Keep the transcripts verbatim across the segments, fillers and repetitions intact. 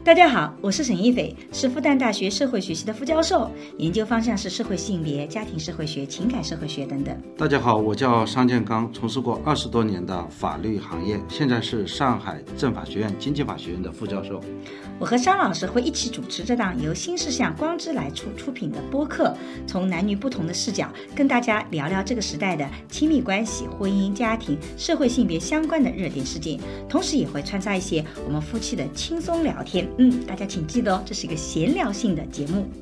大家好，我是沈一斐，是复旦大学社会学系的副教授，研究方向是社会性别、家庭社会学、情感社会学等等。 大家好，我叫商建刚，从事过二十多年的法律行业，现在是上海政法学院经济法学院的副教授。 我和商老师会一起主持这档由新事项光之来处出品的播客，从男女不同的视角跟大家聊聊这个时代的亲密关系、婚姻、家庭、社会性别相关的热点事件，同时也会穿插一些我们夫妻的轻松聊天。嗯，大家请记得哦，这是一个闲聊性的节目。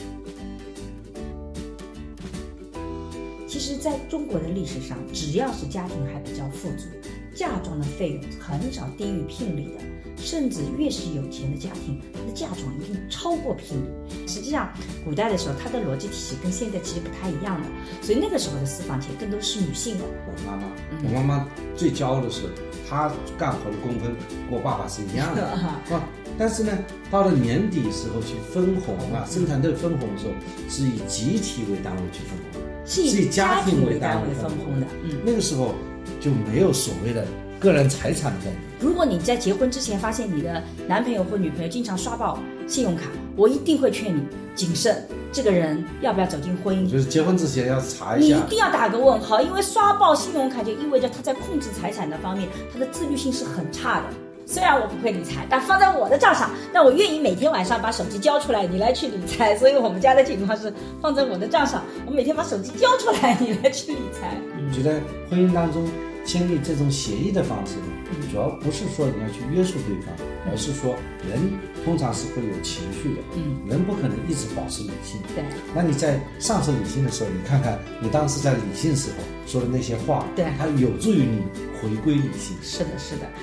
其实在中国的历史上，只要是家庭还比较富足，嫁妆的费用很少低于聘礼的，甚至越是有钱的家庭，它的嫁妆一定超过聘礼。实际上古代的时候，它的逻辑体系跟现在其实不太一样的，所以那个时候的私房钱更多是女性的。 我妈妈、嗯、我妈妈最骄傲的是她干活的工分跟我爸爸是一样的啊，但是呢到了年底时候去分红啊，生产队分红的时候是以集体为单位去分红， 是以家庭为单位分红的。嗯， 那个时候就没有所谓的个人财产的概念。 如果你在结婚之前发现你的男朋友或女朋友经常刷爆信用卡，我一定会劝你谨慎，这个人要不要走进婚姻， 就是结婚之前要查一下， 你一定要打个问号，因为刷爆信用卡就意味着他在控制财产的方面，他的自律性是很差的。虽然我不会理财，但放在我的账上，但我愿意每天晚上把手机交出来，你来去理财。所以我们家的情况是放在我的账上，我每天把手机交出来，你来去理财。 我觉得婚姻当中建立这种协议的方式呢，主要不是说你要去约束对方，而是说人通常是会有情绪的，嗯，人不可能一直保持理性。 对， 那你在丧失理性的时候，你看看你当时在理性时候说的那些话， 对， 它有助于你回归理性。 是的，是的。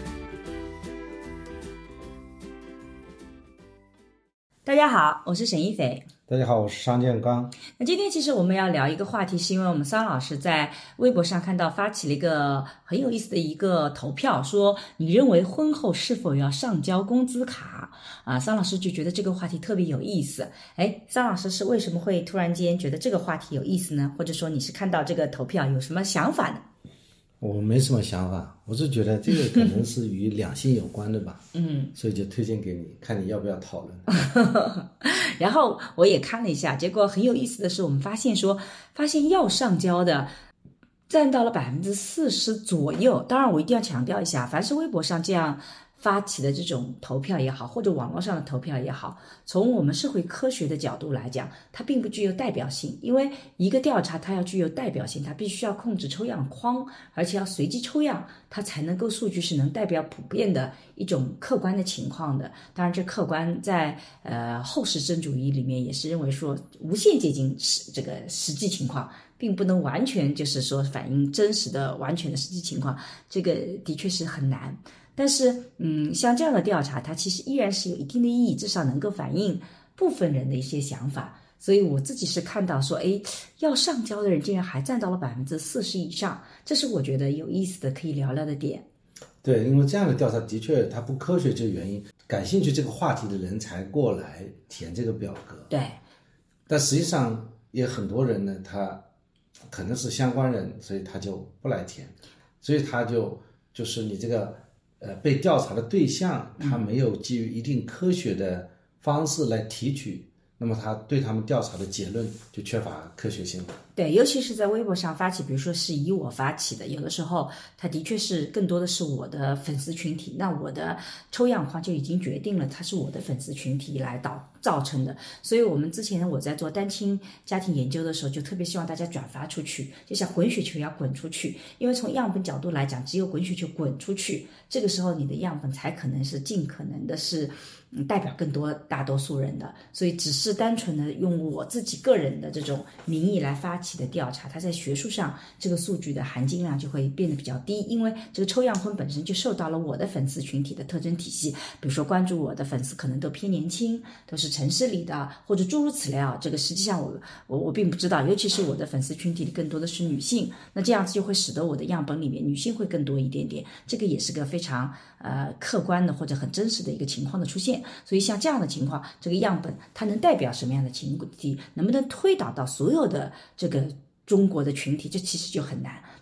大家好，我是沈一斐。 大家好，我是商建刚。 那今天其实我们要聊一个话题，是因为我们桑老师在微博上看到发起了一个很有意思的一个投票，说你认为婚后是否要上交工资卡啊？桑老师就觉得这个话题特别有意思。哎，桑老师是为什么会突然间觉得这个话题有意思呢？或者说你是看到这个投票有什么想法呢？ 我没什么想法，我是觉得这个可能是与两性有关的吧，嗯，所以就推荐给你，看你要不要讨论。 然后我也看了一下，结果很有意思的是，我们发现说，发现要上交的占到了百分之四十左右。当然，我一定要强调一下，凡是微博上这样发起的这种投票也好，或者网络上的投票也好，从我们社会科学的角度来讲，它并不具有代表性。因为一个调查它要具有代表性，它必须要控制抽样框，而且要随机抽样，它才能够数据是能代表普遍的一种客观的情况的。当然这客观在呃后实证主义里面也是认为说无限接近这个实际情况，并不能完全就是说反映真实的完全的实际情况，这个的确是很难。但是嗯，像这样的调查它其实依然是有一定的意义，至少能够反映部分人的一些想法。所以我自己是看到说，诶，要上交的人竟然还占到了百分之四十以上，这是我觉得有意思的可以聊聊的点。 对，因为这样的调查的确它不科学，这个原因感兴趣这个话题的人才过来填这个表格。 对， 但实际上也很多人呢，他可能是相关人，所以他就不来填，所以他就就是你这个呃被调查的对象，他没有基于一定科学的方式来提取，那么他对他们调查的结论就缺乏科学性。 对，尤其是在微博上发起，比如说是以我发起的，有的时候它的确是更多的是我的粉丝群体，那我的抽样框就已经决定了它是我的粉丝群体来导造成的。所以我们之前我在做单亲家庭研究的时候，就特别希望大家转发出去，就像滚雪球要滚出去，因为从样本角度来讲，只有滚雪球滚出去，这个时候你的样本才可能是尽可能的是嗯代表更多大多数人的。所以只是单纯的用我自己个人的这种名义来发起的调查，它在学术上这个数据的含金量就会变得比较低，因为这个抽样婚本身就受到了我的粉丝群体的特征体系，比如说关注我的粉丝可能都偏年轻，都是城市里的，或者诸如此类啊。这个实际上我我我并不知道，尤其是我的粉丝群体里更多的是女性，那这样子就会使得我的样本里面女性会更多一点点，这个也是个非常呃客观的或者很真实的一个情况的出现。所以像这样的情况，这个样本它能代表什么样的情体，能不能推导到所有的这个中国的群体，这其实就很难。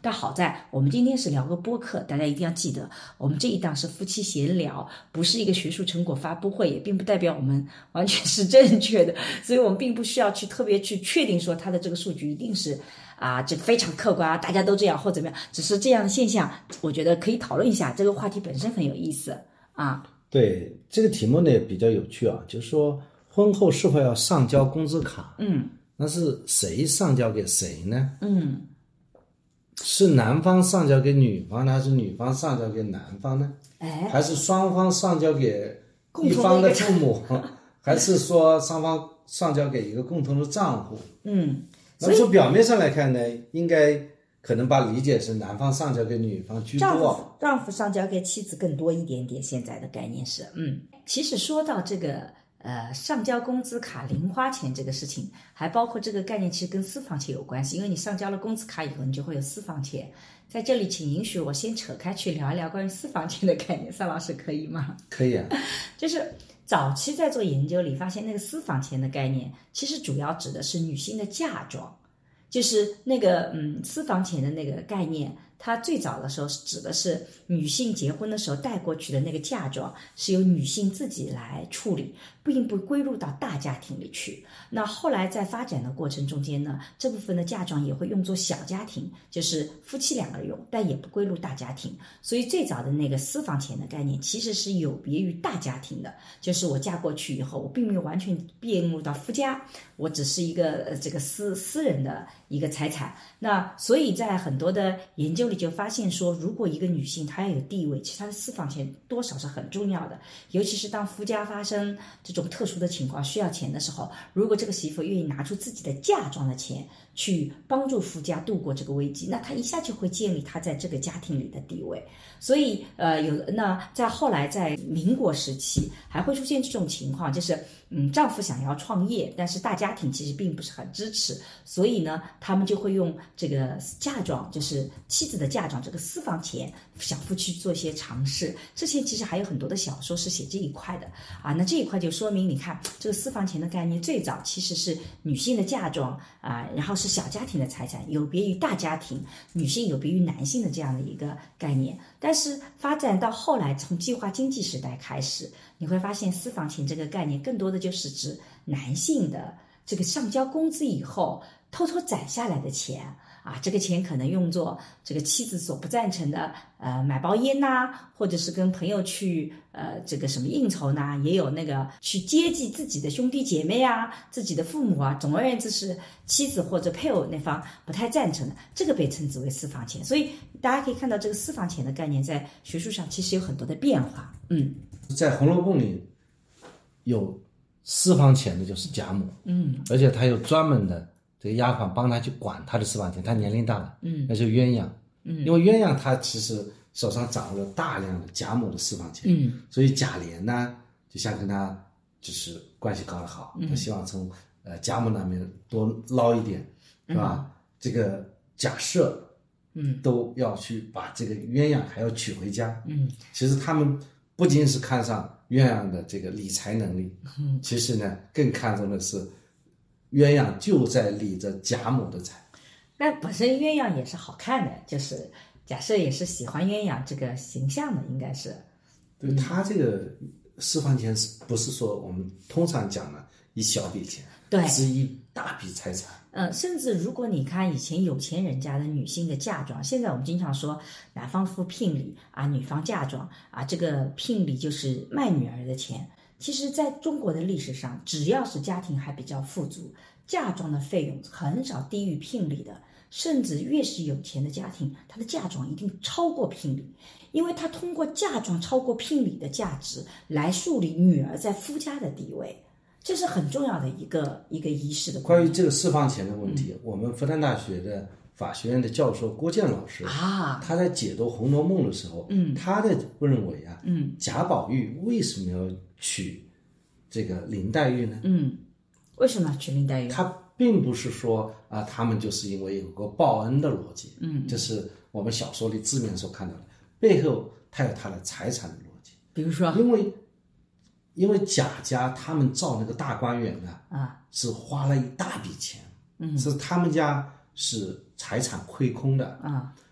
但好在我们今天是聊个播客，大家一定要记得，我们这一档是夫妻闲聊，不是一个学术成果发布会，也并不代表我们完全是正确的，所以我们并不需要去特别去确定说它的这个数据一定是啊，这非常客观啊，大家都这样或怎么样，只是这样的现象，我觉得可以讨论一下，这个话题本身很有意思啊。 对，这个题目呢也比较有趣啊，就是说婚后是否要上交工资卡？ 嗯， 那是谁上交给谁呢？ 嗯， 是男方上交给女方呢，还是女方上交给男方呢？ 哎， 还是双方上交给一方的父母，还是说双方上交给一个共同的账户？ 嗯， 那么从表面上来看呢，应该可能把理解是男方上交给女方居丈夫多， 丈夫上交给妻子更多一点点。现在的概念是，嗯，其实说到这个呃上交工资卡零花钱这个事情，还包括这个概念，其实跟私房钱有关系，因为你上交了工资卡以后，你就会有私房钱。在这里，请允许我先扯开去聊一聊关于私房钱的概念，桑老师可以吗？ 可以啊。 就是早期在做研究里发现，那个私房钱的概念，其实主要指的是女性的嫁妆。就是那个嗯私房钱的那个概念，它最早的时候是指的是女性结婚的时候带过去的那个嫁妆是由女性自己来处理，并不归入到大家庭里去。那后来在发展的过程中间呢，这部分的嫁妆也会用作小家庭，就是夫妻两个人用，但也不归入大家庭。所以最早的那个私房钱的概念其实是有别于大家庭的，就是我嫁过去以后，我并没有完全变入到夫家，我只是一个呃这个私私人的一个财产。那所以在很多的研究里就发现说，如果一个女性她要有地位，其实她的私房钱多少是很重要的，尤其是当夫家发生这种特殊的情况需要钱的时候，如果这个媳妇愿意拿出自己的嫁妆的钱去帮助夫家度过这个危机，那她一下就会建立她在这个家庭里的地位。所以呃有那在后来在民国时期还会出现这种情况，就是嗯丈夫想要创业，但是大家庭其实并不是很支持，所以呢他们就会用这个嫁妆，就是妻子的嫁妆这个私房钱，小夫去做一些尝试。之前其实还有很多的小说是写这一块的啊，那这一块就说明你看这个私房钱的概念最早其实是女性的嫁妆啊，然后是小家庭的财产，有别于大家庭，女性有别于男性的这样的一个概念。但是发展到后来，从计划经济时代开始，你会发现私房钱这个概念更多的就是指男性的这个上交工资以后偷偷攒下来的钱啊，这个钱可能用作这个妻子所不赞成的呃买包烟呐、啊，或者是跟朋友去呃这个什么应酬呢，也有那个去接济自己的兄弟姐妹啊，自己的父母啊，总而言之是妻子或者配偶那方不太赞成的，这个被称之为私房钱。所以大家可以看到这个私房钱的概念在学术上其实有很多的变化。嗯， 在《红楼梦》里有私房钱的就是贾母， 嗯， 而且他有专门的这个丫鬟帮他去管他的私房钱，他年龄大了， 嗯， 那就鸳鸯， 嗯， 因为鸳鸯他其实手上掌握了大量的贾母的私房钱， 嗯， 所以贾琏呢就想跟他就是关系搞得好，他希望从呃贾母那边多捞一点，是吧？嗯、这个贾赦， 嗯， 都要去把这个鸳鸯还要娶回家， 嗯， 其实他们不仅是看上鸳鸯的这个理财能力， 嗯， 其实呢更看重的是鸳鸯就在理着贾母的财。 那本身鸳鸯也是好看的，就是假设也是喜欢鸳鸯这个形象的，应该是。 对，他这个私房钱是不是说我们通常讲的一小笔钱， 对， 是一大笔财产。 呃，甚至如果你看以前有钱人家的女性的嫁妆，现在我们经常说男方付聘礼啊，女方嫁妆啊，这个聘礼就是卖女儿的钱。其实在中国的历史上，只要是家庭还比较富足，嫁妆的费用很少低于聘礼的，甚至越是有钱的家庭，他的嫁妆一定超过聘礼，因为他通过嫁妆超过聘礼的价值来树立女儿在夫家的地位。这是很重要的一个一个仪式的关于这个私房钱的问题、嗯、我们复旦大学的法学院的教授郭健老师啊， 他在解读《红楼梦》的时候， 嗯， 他的认为啊， 嗯， 贾宝玉为什么要娶这个林黛玉呢？ 嗯，为什么娶林黛玉？ 他并不是说啊，他们就是因为有个报恩的逻辑， 嗯， 这是我们小说里字面所看到的，背后他有他的财产的逻辑。 比如说， 因为因为贾家他们造那个大观园呢， 啊， 是花了一大笔钱， 嗯， 是他们家是财产亏空的， 啊，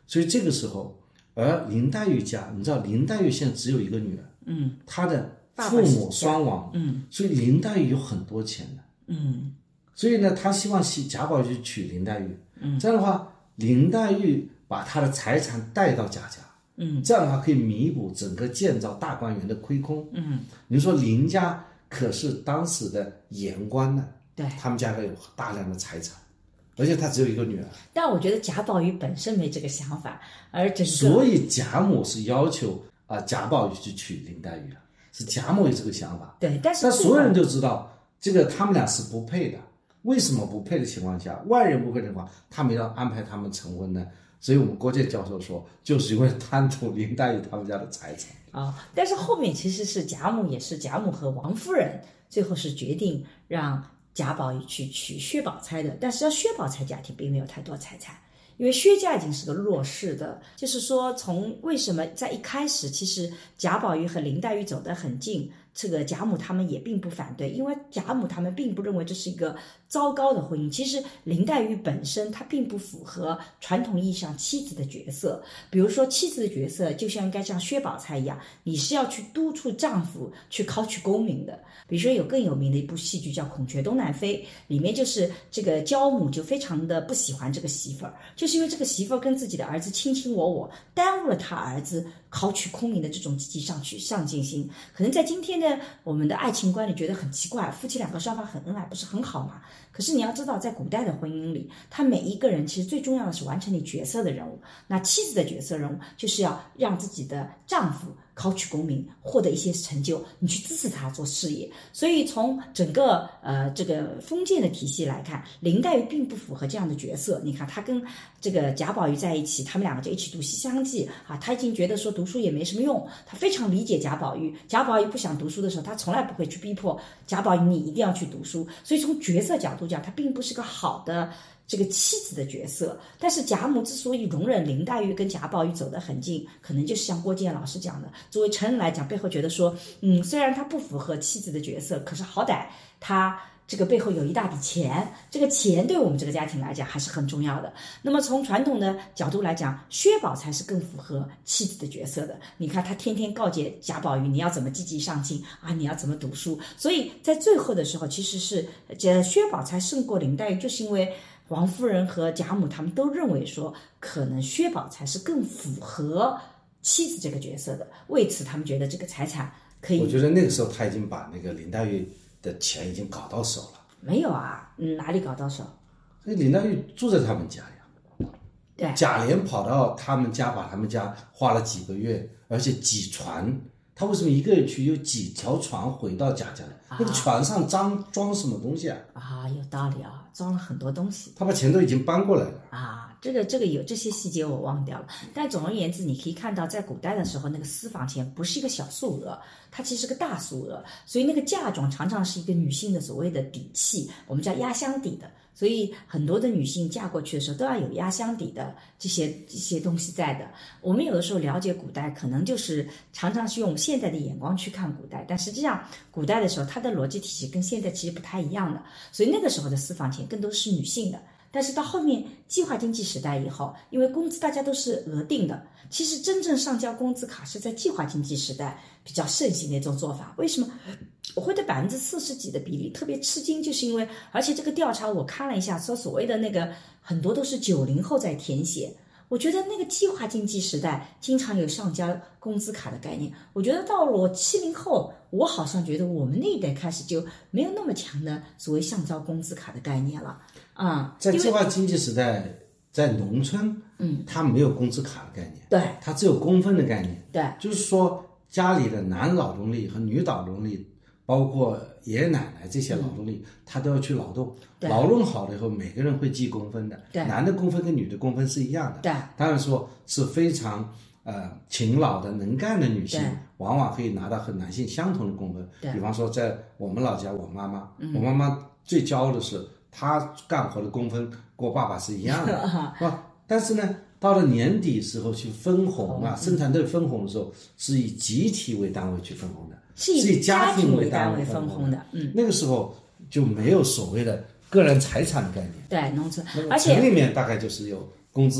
所以这个时候，而林黛玉家，你知道林黛玉现在只有一个女儿， 嗯， 她的父母双亡， 嗯， 所以林黛玉有很多钱的， 嗯， 所以呢，他希望贾宝玉娶林黛玉，嗯，这样的话，林黛玉把她的财产带到贾家，嗯，这样的话可以弥补整个建造大观园的亏空，嗯，你说林家可是当时的言官呢， 对， 他们家还有大量的财产。而且他只有一个女儿， 但我觉得贾宝玉本身没这个想法，而整个所以贾母是要求啊、呃、贾宝玉去娶林黛玉的，是贾母有这个想法。 对，但是但所有人都知道这个他们俩是不配的。为什么不配的情况下，外人不配的话，他们要安排他们成婚呢？所以我们郭健教授说，就是因为贪图林黛玉他们家的财产啊、哦。但是后面其实是贾母，也是贾母和王夫人最后是决定让贾宝玉去娶薛宝钗的，但是要薛宝钗家庭并没有太多财产，因为薛家已经是个弱势的，就是说从为什么在一开始其实贾宝玉和林黛玉走得很近，这个贾母他们也并不反对，因为贾母他们并不认为这是一个糟糕的婚姻。其实林黛玉本身她并不符合传统意义上妻子的角色，比如说妻子的角色就像应该像薛宝钗一样，你是要去督促丈夫去考取功名的。比如说有更有名的一部戏剧叫《孔雀东南飞》，里面就是这个焦母就非常的不喜欢这个媳妇儿，就是因为这个媳妇儿跟自己的儿子卿卿我我，耽误了他儿子考取功名的这种积极上取上进心。可能在今天的我们的爱情观里觉得很奇怪，夫妻两个双方很恩爱不是很好吗？可是你要知道，在古代的婚姻里，他每一个人其实最重要的是完成你角色的任务。那妻子的角色任务就是要让自己的丈夫考取功名，获得一些成就，你去支持他做事业。所以从整个呃这个封建的体系来看，林黛玉并不符合这样的角色。你看她跟这个贾宝玉在一起，他们两个就一起读《西厢记》啊，她已经觉得说读书也没什么用，她非常理解贾宝玉。贾宝玉不想读书的时候，她从来不会去逼迫贾宝玉你一定要去读书。所以从角色角度讲，她并不是个好的这个妻子的角色。但是贾母之所以容忍林黛玉跟贾宝玉走得很近，可能就是像郭健老师讲的，作为成人来讲，背后觉得说，嗯，虽然他不符合妻子的角色，可是好歹他这个背后有一大笔钱，这个钱对我们这个家庭来讲还是很重要的。那么从传统的角度来讲，薛宝钗是更符合妻子的角色的。你看他天天告诫贾宝玉你要怎么积极上进啊，你要怎么读书。所以在最后的时候，其实是这薛宝钗胜过林黛玉，就是因为王夫人和贾母他们都认为说，可能薛宝钗是更符合妻子这个角色的，为此他们觉得这个财产可以。 我觉得那个时候他已经把那个林黛玉的钱已经搞到手了。 没有啊，嗯，哪里搞到手？ 所以林黛玉住在他们家呀， 对， 贾琏跑到他们家，把他们家花了几个月，而且几船。他为什么一个人去？有几条船回到贾家来？ 啊、 那个船上装装什么东西啊？ 啊，有道理啊，装了很多东西。 他把钱都已经搬过来了啊，这个这个有这些细节我忘掉了。但总而言之，你可以看到，在古代的时候，那个私房钱不是一个小数额，它其实是个大数额，所以那个嫁妆常常是一个女性的所谓的底气，我们叫压箱底的。所以很多的女性嫁过去的时候都要有压箱底的这些这些东西在的。我们有的时候了解古代，可能就是常常是用现在的眼光去看古代，但实际上古代的时候它的逻辑体系跟现在其实不太一样的，所以那个时候的私房钱更多是女性的。但是到后面计划经济时代以后，因为工资大家都是额定的，其实真正上交工资卡是在计划经济时代比较盛行的一种做法。为什么我会对百分之四十几的比例特别吃惊？就是因为，而且这个调查我看了一下，说所谓的那个很多都是九零后在填写。我觉得那个计划经济时代经常有上交工资卡的概念，我觉得到了我七零后，我好像觉得我们那一代开始就没有那么强的所谓上交工资卡的概念了啊、嗯。 在计划经济时代，在农村， 嗯， 它没有工资卡的概念， 对， 它只有工分的概念， 对， 就是说家里的男劳动力和女劳动力，包括爷爷奶奶这些劳动力，嗯、他都要去劳动。劳动好了以后，每个人会记工分的。 对， 男的工分跟女的工分是一样的。 对， 当然说是非常呃勤劳的、能干的女性，往往可以拿到和男性相同的工分。 对， 比方说在我们老家，我妈妈， 嗯、 我妈妈最骄傲的是，她干活的工分跟我爸爸是一样的，是吧？但是呢，到了年底时候去分红啊， 嗯、 生产队分红的时候，是以集体为单位去分红的。 是以家庭为单位分红的，嗯， 那个时候就没有所谓的个人财产的概念， 对，农村， 而且城里面大概就是有工资卡。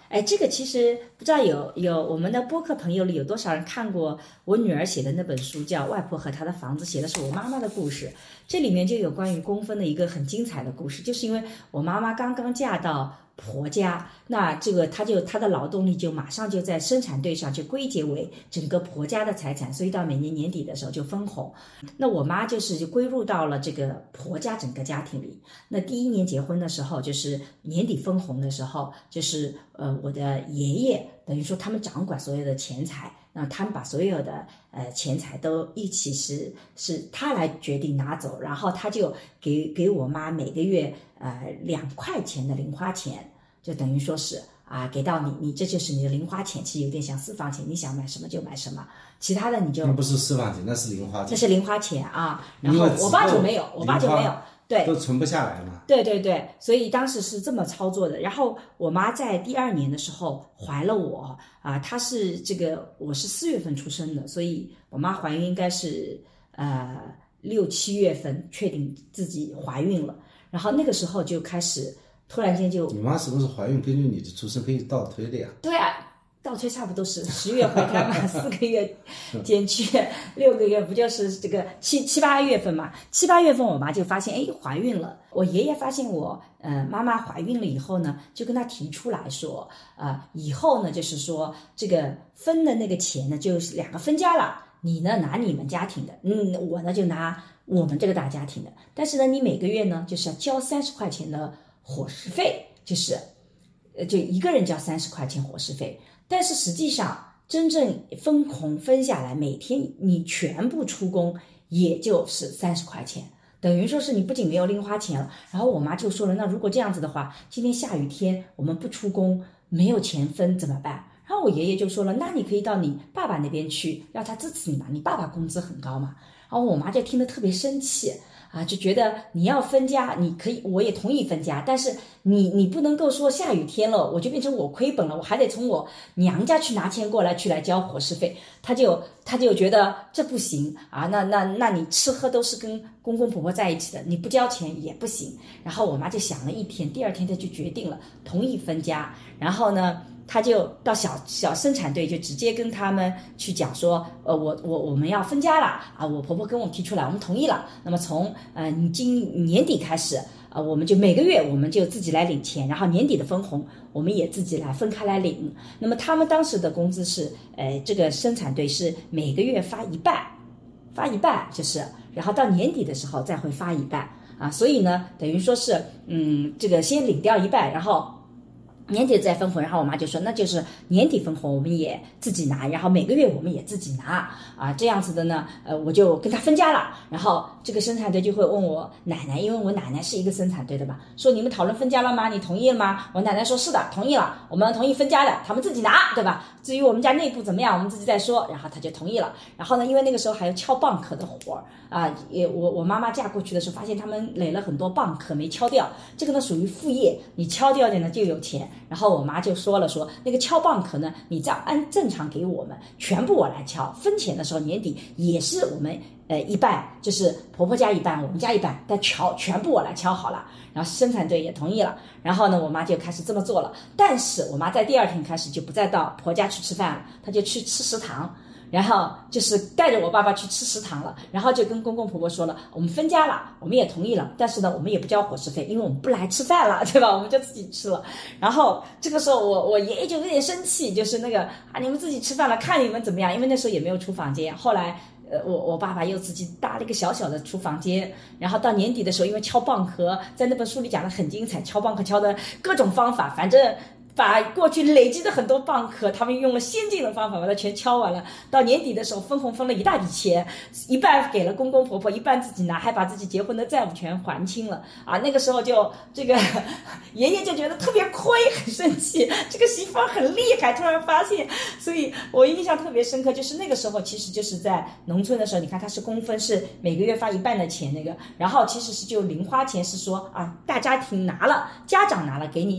哎，这个其实不知道有有我们的播客朋友里有多少人看过我女儿写的那本书，叫《外婆和她的房子》，写的是我妈妈的故事。这里面就有关于工分的一个很精彩的故事，就是因为我妈妈刚刚嫁到婆家，那这个她就她的劳动力就马上就在生产队上就归结为整个婆家的财产，所以到每年年底的时候就分红。那我妈就是就归入到了这个婆家整个家庭里。那第一年结婚的时候，就是年底分红的时候，就是呃我的爷爷等于说他们掌管所有的钱财，那他们把所有的呃钱财都一起是是他来决定拿走，然后他就给给我妈每个月呃两块钱的零花钱，就等于说是啊给到你，你这就是你的零花钱，其实有点像私房钱，你想买什么就买什么，其他的你就那不是私房钱，那是零花钱， 那是零花钱啊。然后我爸就没有，我爸就没有。对， 都存不下来嘛。 对对对，所以当时是这么操作的。然后我妈在第二年的时候怀了我啊，她是这个我是四月份出生的，所以我妈怀孕应该是呃六七月份确定自己怀孕了。然后那个时候就开始突然间就， 你妈什么时候怀孕？根据你的出生可以倒推的呀。 对啊。倒推差不多是十月怀胎嘛，四个月减去六个月，不就是这个七七八月份嘛？七八月份我妈就发现，哎，怀孕了。我爷爷发现我，呃，妈妈怀孕了以后呢，就跟她提出来说，呃，以后呢，就是说这个分的那个钱呢，就是两个分家了。你呢拿你们家庭的，嗯，我呢就拿我们这个大家庭的。但是呢，你每个月呢就是要交三十块钱的伙食费，就是，呃，就一个人交三十块钱伙食费。但是实际上，真正分红分下来，每天你全部出工，也就是三十块钱，等于说是你不仅没有零花钱了。然后我妈就说了，那如果这样子的话，今天下雨天我们不出工，没有钱分怎么办？然后我爷爷就说了，那你可以到你爸爸那边去，让他支持你嘛，你爸爸工资很高嘛。然后我妈就听得特别生气。啊，就觉得你要分家，你可以，我也同意分家，但是你你不能够说下雨天了，我就变成我亏本了，我还得从我娘家去拿钱过来去来交伙食费，他就他就觉得这不行啊，那那那你吃喝都是跟公公婆婆在一起的，你不交钱也不行。然后我妈就想了一天，第二天她就决定了同意分家，然后呢。他就到小小生产队，就直接跟他们去讲说，呃，我我我们要分家了啊！我婆婆跟我提出来，我们同意了。那么从呃你今年底开始，呃，我们就每个月我们就自己来领钱，然后年底的分红我们也自己来分开来领。那么他们当时的工资是，呃，这个生产队是每个月发一半，发一半就是，然后到年底的时候再会发一半啊。所以呢，等于说是，嗯，这个先领掉一半，然后。年底再分红，然后我妈就说，那就是年底分红我们也自己拿，然后每个月我们也自己拿啊，这样子的呢，呃，我就跟他分家了。然后这个生产队就会问我奶奶，因为我奶奶是一个生产队的嘛，说你们讨论分家了吗？你同意了吗？我奶奶说是的，同意了，我们同意分家的，他们自己拿，对吧？至于我们家内部怎么样，我们自己再说。然后他就同意了。然后呢，因为那个时候还有敲蚌壳的活儿啊，也我我妈妈嫁过去的时候，发现他们垒了很多蚌壳没敲掉，这个呢属于副业，你敲掉点呢就有钱。然后我妈就说了说，那个敲蚌壳呢，你这样按正常给我们，全部我来敲，分钱的时候年底也是我们呃一半，就是婆婆家一半，我们家一半，但敲全部我来敲好了。然后生产队也同意了，然后呢，我妈就开始这么做了。但是我妈在第二天开始就不再到婆家去吃饭了，她就去吃食堂。然后就是带着我爸爸去吃食堂了，然后就跟公公婆婆说了，我们分家了，我们也同意了，但是呢，我们也不交伙食费，因为我们不来吃饭了，对吧？我们就自己吃了。然后这个时候我我爷爷就有点生气，就是那个啊，你们自己吃饭了，看你们怎么样？因为那时候也没有厨房间。后来呃，我我爸爸又自己搭了一个小小的厨房间，然后到年底的时候，因为敲蚌壳，在那本书里讲的很精彩，敲蚌壳敲的各种方法，反正。把过去累积的很多蚌壳，他们用了先进的方法把它全敲完了。到年底的时候，分红分了一大笔钱，一半给了公公婆婆，一半自己拿，还把自己结婚的债务全还清了啊！那个时候就这个爷爷就觉得特别亏，很生气，这个媳妇儿很厉害，突然发现，所以我印象特别深刻，就是那个时候其实就是在农村的时候，你看他是公分，是每个月发一半的钱那个，然后其实是就零花钱是说啊，大家庭拿了，家长拿了给你一点。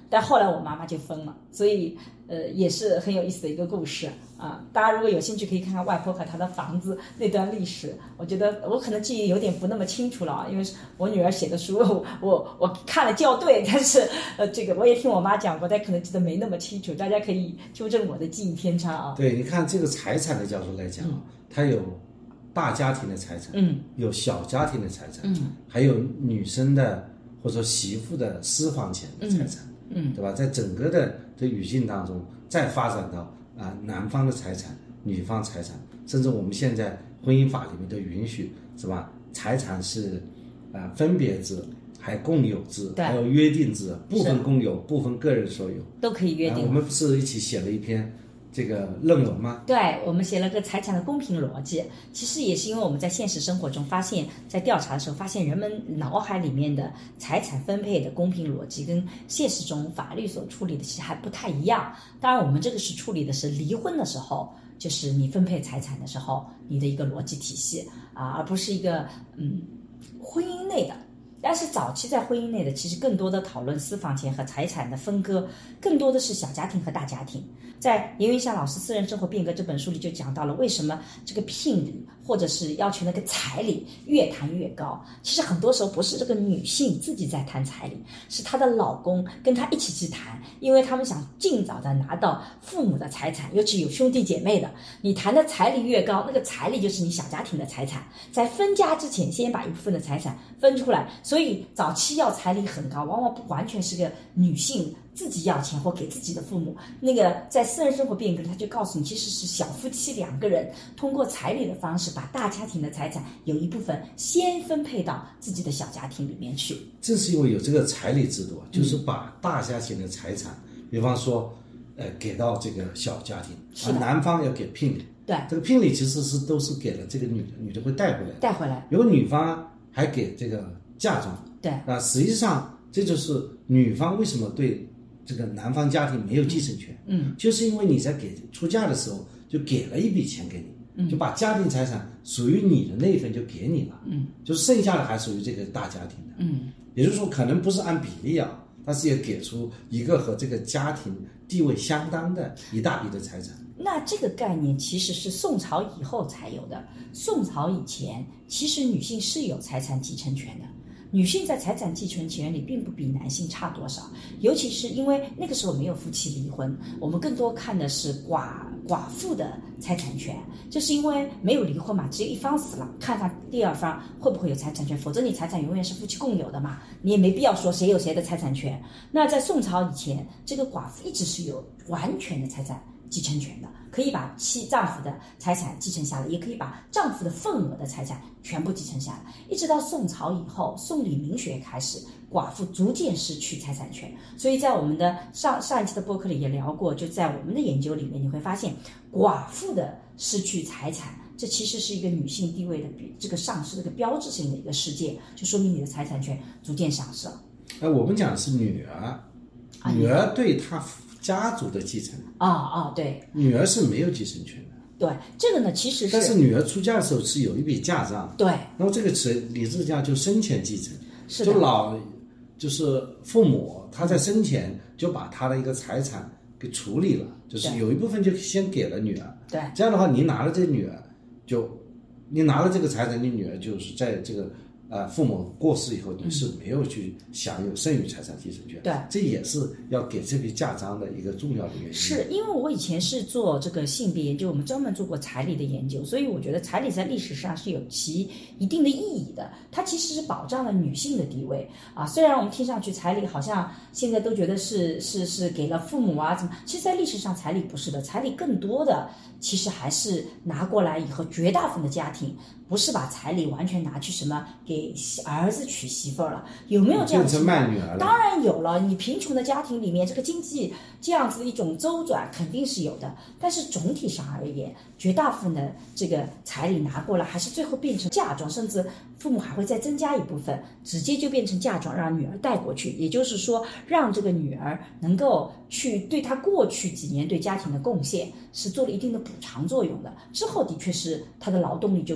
但后来我妈妈就分了，所以呃也是很有意思的一个故事啊。大家如果有兴趣可以看看外婆和她的房子那段历史，我觉得我可能记忆有点不那么清楚了啊，因为我女儿写的书我我我看了校对，但是呃这个我也听我妈讲过，但可能记得没那么清楚，大家可以纠正我的记忆偏差啊。 对，你看这个财产的角度来讲，嗯、它有大家庭的财产， 嗯， 有小家庭的财产， 嗯， 还有女生的或者说媳妇的私房钱的财产， 嗯， 对吧？在整个的这语境当中，再发展到啊、呃、男方的财产、女方财产，甚至我们现在婚姻法里面都允许，是吧？财产是啊、呃、分别制，还共有制，还有约定制，部分共有，部分个人所有， 都可以约定、 啊。我们不是一起写了一篇这个论文吗？ 对，我们写了个财产的公平逻辑，其实也是因为我们在现实生活中发现，在调查的时候发现，人们脑海里面的财产分配的公平逻辑跟现实中法律所处理的其实还不太一样。当然，我们这个是处理的是离婚的时候，就是你分配财产的时候，你的一个逻辑体系啊，而不是一个嗯婚姻内的。但是早期在婚姻内的，其实更多的讨论私房钱和财产的分割，更多的是小家庭和大家庭。在严云霞老师《私人生活变革》这本书里就讲到了，为什么这个聘礼或者是要求那个彩礼越谈越高。其实很多时候不是这个女性自己在谈彩礼，是她的老公跟她一起去谈，因为他们想尽早的拿到父母的财产，尤其有兄弟姐妹的，你谈的彩礼越高，那个彩礼就是你小家庭的财产，在分家之前先把一部分的财产分出来。所以早期要彩礼很高，往往不完全是个女性自己要钱或给自己的父母。那个在私人生活变革他就告诉你，其实是小夫妻两个人通过彩礼的方式，把大家庭的财产有一部分先分配到自己的小家庭里面去。 正是因为有这个彩礼制度，就是把大家庭的财产，嗯、比方说，呃，给到这个小家庭， 是的， 男方要给聘礼， 对， 这个聘礼其实是都是给了这个女的，女的会带回来， 带回来， 有女方还给这个嫁妆， 对， 啊，实际上这就是女方为什么对这个男方家庭没有继承权， 嗯， 就是因为你在给出嫁的时候就给了一笔钱给你，嗯，就把家庭财产属于你的那一份就给你了， 嗯， 就是剩下的还属于这个大家庭的， 嗯， 也就是说可能不是按比例啊，但是也给出一个和这个家庭地位相当的一大笔的财产。 那这个概念其实是宋朝以后才有的，宋朝以前其实女性是有财产继承权的。女性在财产继承权里并不比男性差多少，尤其是因为那个时候没有夫妻离婚，我们更多看的是寡寡妇的财产权，就是因为没有离婚嘛，只有一方死了，看看第二方会不会有财产权，否则你财产永远是夫妻共有的嘛，你也没必要说谁有谁的财产权。那在宋朝以前，这个寡妇一直是有完全的财产继承权的，可以把妻丈夫的财产继承下来，也可以把丈夫的份额的财产全部继承下来。一直到宋朝以后，宋理明学开始，寡妇逐渐失去财产权。所以在我们的上上一期的播客里也聊过，就在我们的研究里面，你会发现寡妇的失去财产，这其实是一个女性地位的这个丧失的一个标志性的一个事件，就说明你的财产权逐渐丧失了。 哎，我们讲的是女儿，女儿对她家族的继承啊啊，对， 女儿是没有继承权的。 对，这个呢其实是， 但是女儿出嫁的时候是有一笔嫁妆， 对， 那么这个词理智讲就生前继承， 是的， 就老就是父母他在生前就把他的一个财产给处理了，就是有一部分就先给了女儿， 对， 这样的话你拿了这个女儿，就你拿了这个财产，你女儿就是在这个。呃，父母过世以后，你是没有去享有剩余财产继承权， 对， 这也是要给这笔嫁妆的一个重要的原因。 是因为我以前是做这个性别研究，我们专门做过彩礼的研究，所以我觉得彩礼在历史上是有其一定的意义的。它其实是保障了女性的地位啊。虽然我们听上去彩礼好像现在都觉得是是是给了父母啊怎么，其实在历史上彩礼不是的，彩礼更多的其实还是拿过来以后，绝大部分的家庭不是把彩礼完全拿去什么给儿子娶媳妇儿了，有没有这样的情况？ 卖女儿了？ 当然有了。你贫穷的家庭里面，这个经济这样子的一种周转肯定是有的，但是总体上而言，绝大部分的这个彩礼拿过来，还是最后变成嫁妆，甚至父母还会再增加一部分，直接就变成嫁妆，让女儿带过去。也就是说，让这个女儿能够去对她过去几年对家庭的贡献是做了一定的补偿作用的。之后的确是她的劳动力就归属于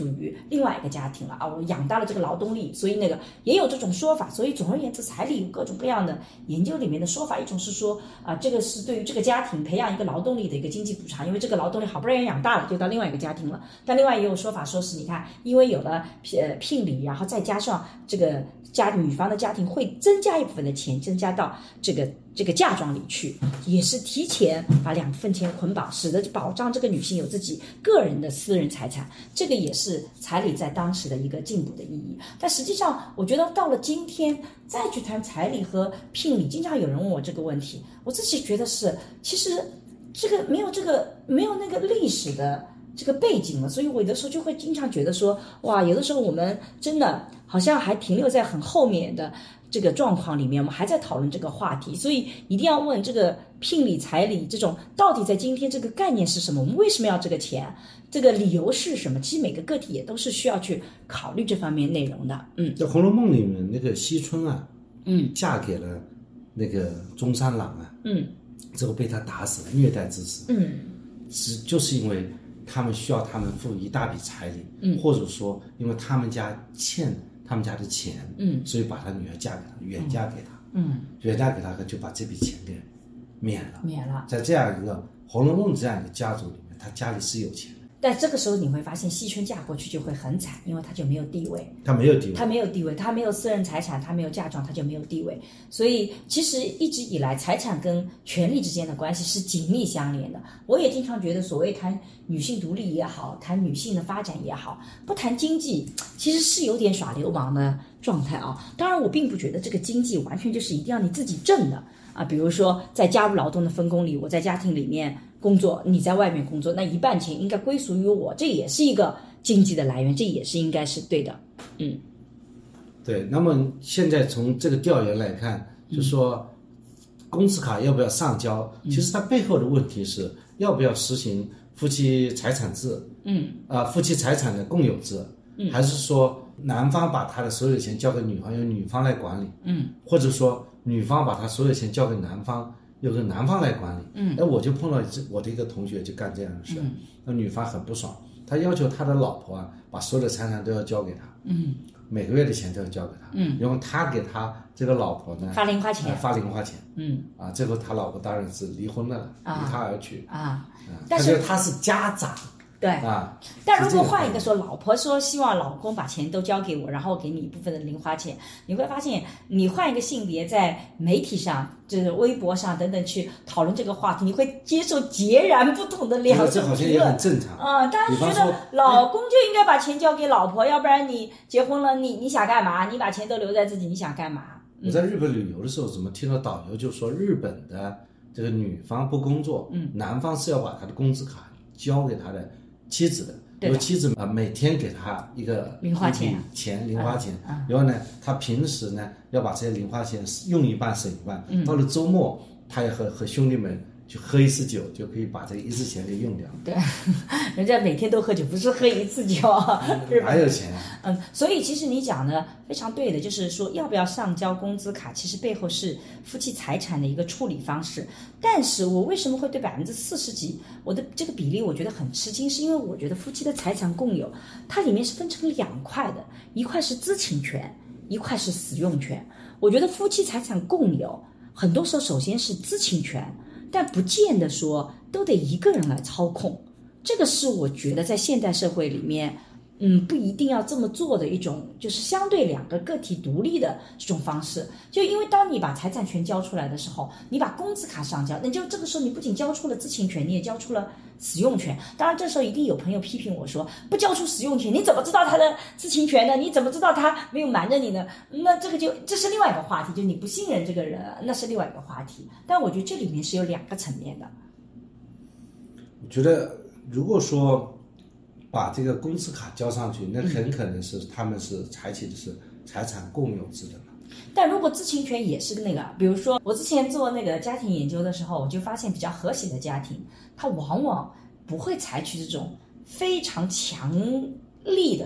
于另外一个家庭了啊，我养大了这个劳动力，所以那个也有这种说法。所以总而言之，彩礼有各种各样的研究里面的说法，一种是说啊，这个是对于这个家庭培养一个劳动力的一个经济补偿，因为这个劳动力好不容易养大了，就到另外一个家庭了。但另外也有说法说是，你看，因为有了呃聘礼，然后再加上这个家女方的家庭会增加一部分的钱，增加到这个这个嫁妆里去，也是提前把两份钱捆绑，使得保障这个女性有自己个人的私人财产，这个也是彩礼在当时的一个进步的意义。但实际上，我觉得到了今天再去谈彩礼和聘礼，经常有人问我这个问题，我自己觉得是，其实这个没有这个没有那个历史的这个背景了，所以我有的时候就会经常觉得说，哇，有的时候我们真的好像还停留在很后面的这个状况里面，我们还在讨论这个话题，所以一定要问这个聘礼、彩礼这种到底在今天这个概念是什么？我们为什么要这个钱？这个理由是什么？其实每个个体也都是需要去考虑这方面内容的。嗯， 在《红楼梦》里面，那个惜春啊， 嗯， 嫁给了那个中山狼啊， 嗯， 之后被他打死了，虐待致死， 嗯， 是就是因为他们需要他们付一大笔彩礼， 嗯， 或者说因为他们家欠他们家的钱， 嗯， 所以把他女儿嫁给他，远嫁给他， 嗯， 远嫁给他，就把这笔钱给免了， 免了。 在这样一个《红楼梦》这样一个家族里面，他家里是有钱的。 但这个时候你会发现，惜春嫁过去就会很惨，因为她就没有地位， 他没有地位， 她没有地位，她没有私人财产，她没有嫁妆，她就没有地位。所以其实一直以来，财产跟权力之间的关系是紧密相连的。我也经常觉得，所谓谈女性独立也好，谈女性的发展也好，不谈经济，其实是有点耍流氓的状态啊。当然，我并不觉得这个经济完全就是一定要你自己挣的啊。比如说，在家务劳动的分工里，我在家庭里面工作，你在外面工作，那一半钱应该归属于我，这也是一个经济的来源，这也是应该是对的。嗯， 对。那么现在从这个调研来看，就说工资卡要不要上交， 嗯、 其实它背后的问题是要不要实行夫妻财产制， 嗯， 啊、呃，夫妻财产的共有制， 嗯， 还是说男方把他的所有钱交给女方，由女方来管理， 嗯， 或者说女方把他所有钱交给男方，由个男方来管理， 嗯， 哎，我就碰到我的一个同学就干这样的事， 嗯， 那女方很不爽，他要求他的老婆啊把所有的财产都要交给他， 嗯， 每个月的钱都要交给他， 嗯， 然后他给他这个老婆呢发零花钱， 呃、发零花钱， 嗯， 啊，最后他老婆当然是离婚了， 啊、 离他而去， 啊， 嗯、 但是他是家长。 对啊， 但如果换一个说，老婆说希望老公把钱都交给我，然后给你一部分的零花钱，你会发现，你换一个性别，在媒体上、就是微博上等等去讨论这个话题，你会接受截然不同的两种这好像也很正常啊、嗯。大家觉得老公就应该把钱交给老婆，要不然你结婚了，你你想干嘛？你把钱都留在自己，你想干嘛？ 嗯、我在日本旅游的时候，怎么听到导游就说，日本的这个女方不工作， 嗯， 男方是要把他的工资卡交给他的妻子的。由妻子啊每天给他一个零花钱钱零花钱， 嗯嗯、 然后呢，他平时呢要把这些零花钱用一半省一半， 嗯、 到了周末他也和和兄弟们去喝一次酒，就可以把这个一次钱给用掉。 对，人家每天都喝酒，不是喝一次酒， 哪有钱啊？ 嗯，所以其实你讲的非常对的，就是说要不要上交工资卡，其实背后是夫妻财产的一个处理方式。但是我为什么会对百分之四十几，我的这个比例我觉得很吃惊，是因为我觉得夫妻的财产共有，它里面是分成两块的，一块是知情权，一块是使用权。我觉得夫妻财产共有，很多时候首先是知情权，但不见得说都得一个人来操控。这个是我觉得在现代社会里面，嗯，不一定要这么做的一种，就是相对两个个体独立的这种方式。就因为当你把财产权交出来的时候，你把工资卡上交，那就这个时候你不仅交出了知情权，你也交出了使用权。当然这时候一定有朋友批评我说，不交出使用权，你怎么知道他的知情权呢？你怎么知道他没有瞒着你呢？那这个就这是另外一个话题，就你不信任这个人，那是另外一个话题。但我觉得这里面是有两个层面的。 我觉得如果说把这个工资卡交上去，那很可能是他们是采取的是财产共有制的嘛。 但如果知情权也是那个，比如说我之前做那个家庭研究的时候，我就发现比较和谐的家庭，它往往不会采取这种非常强力的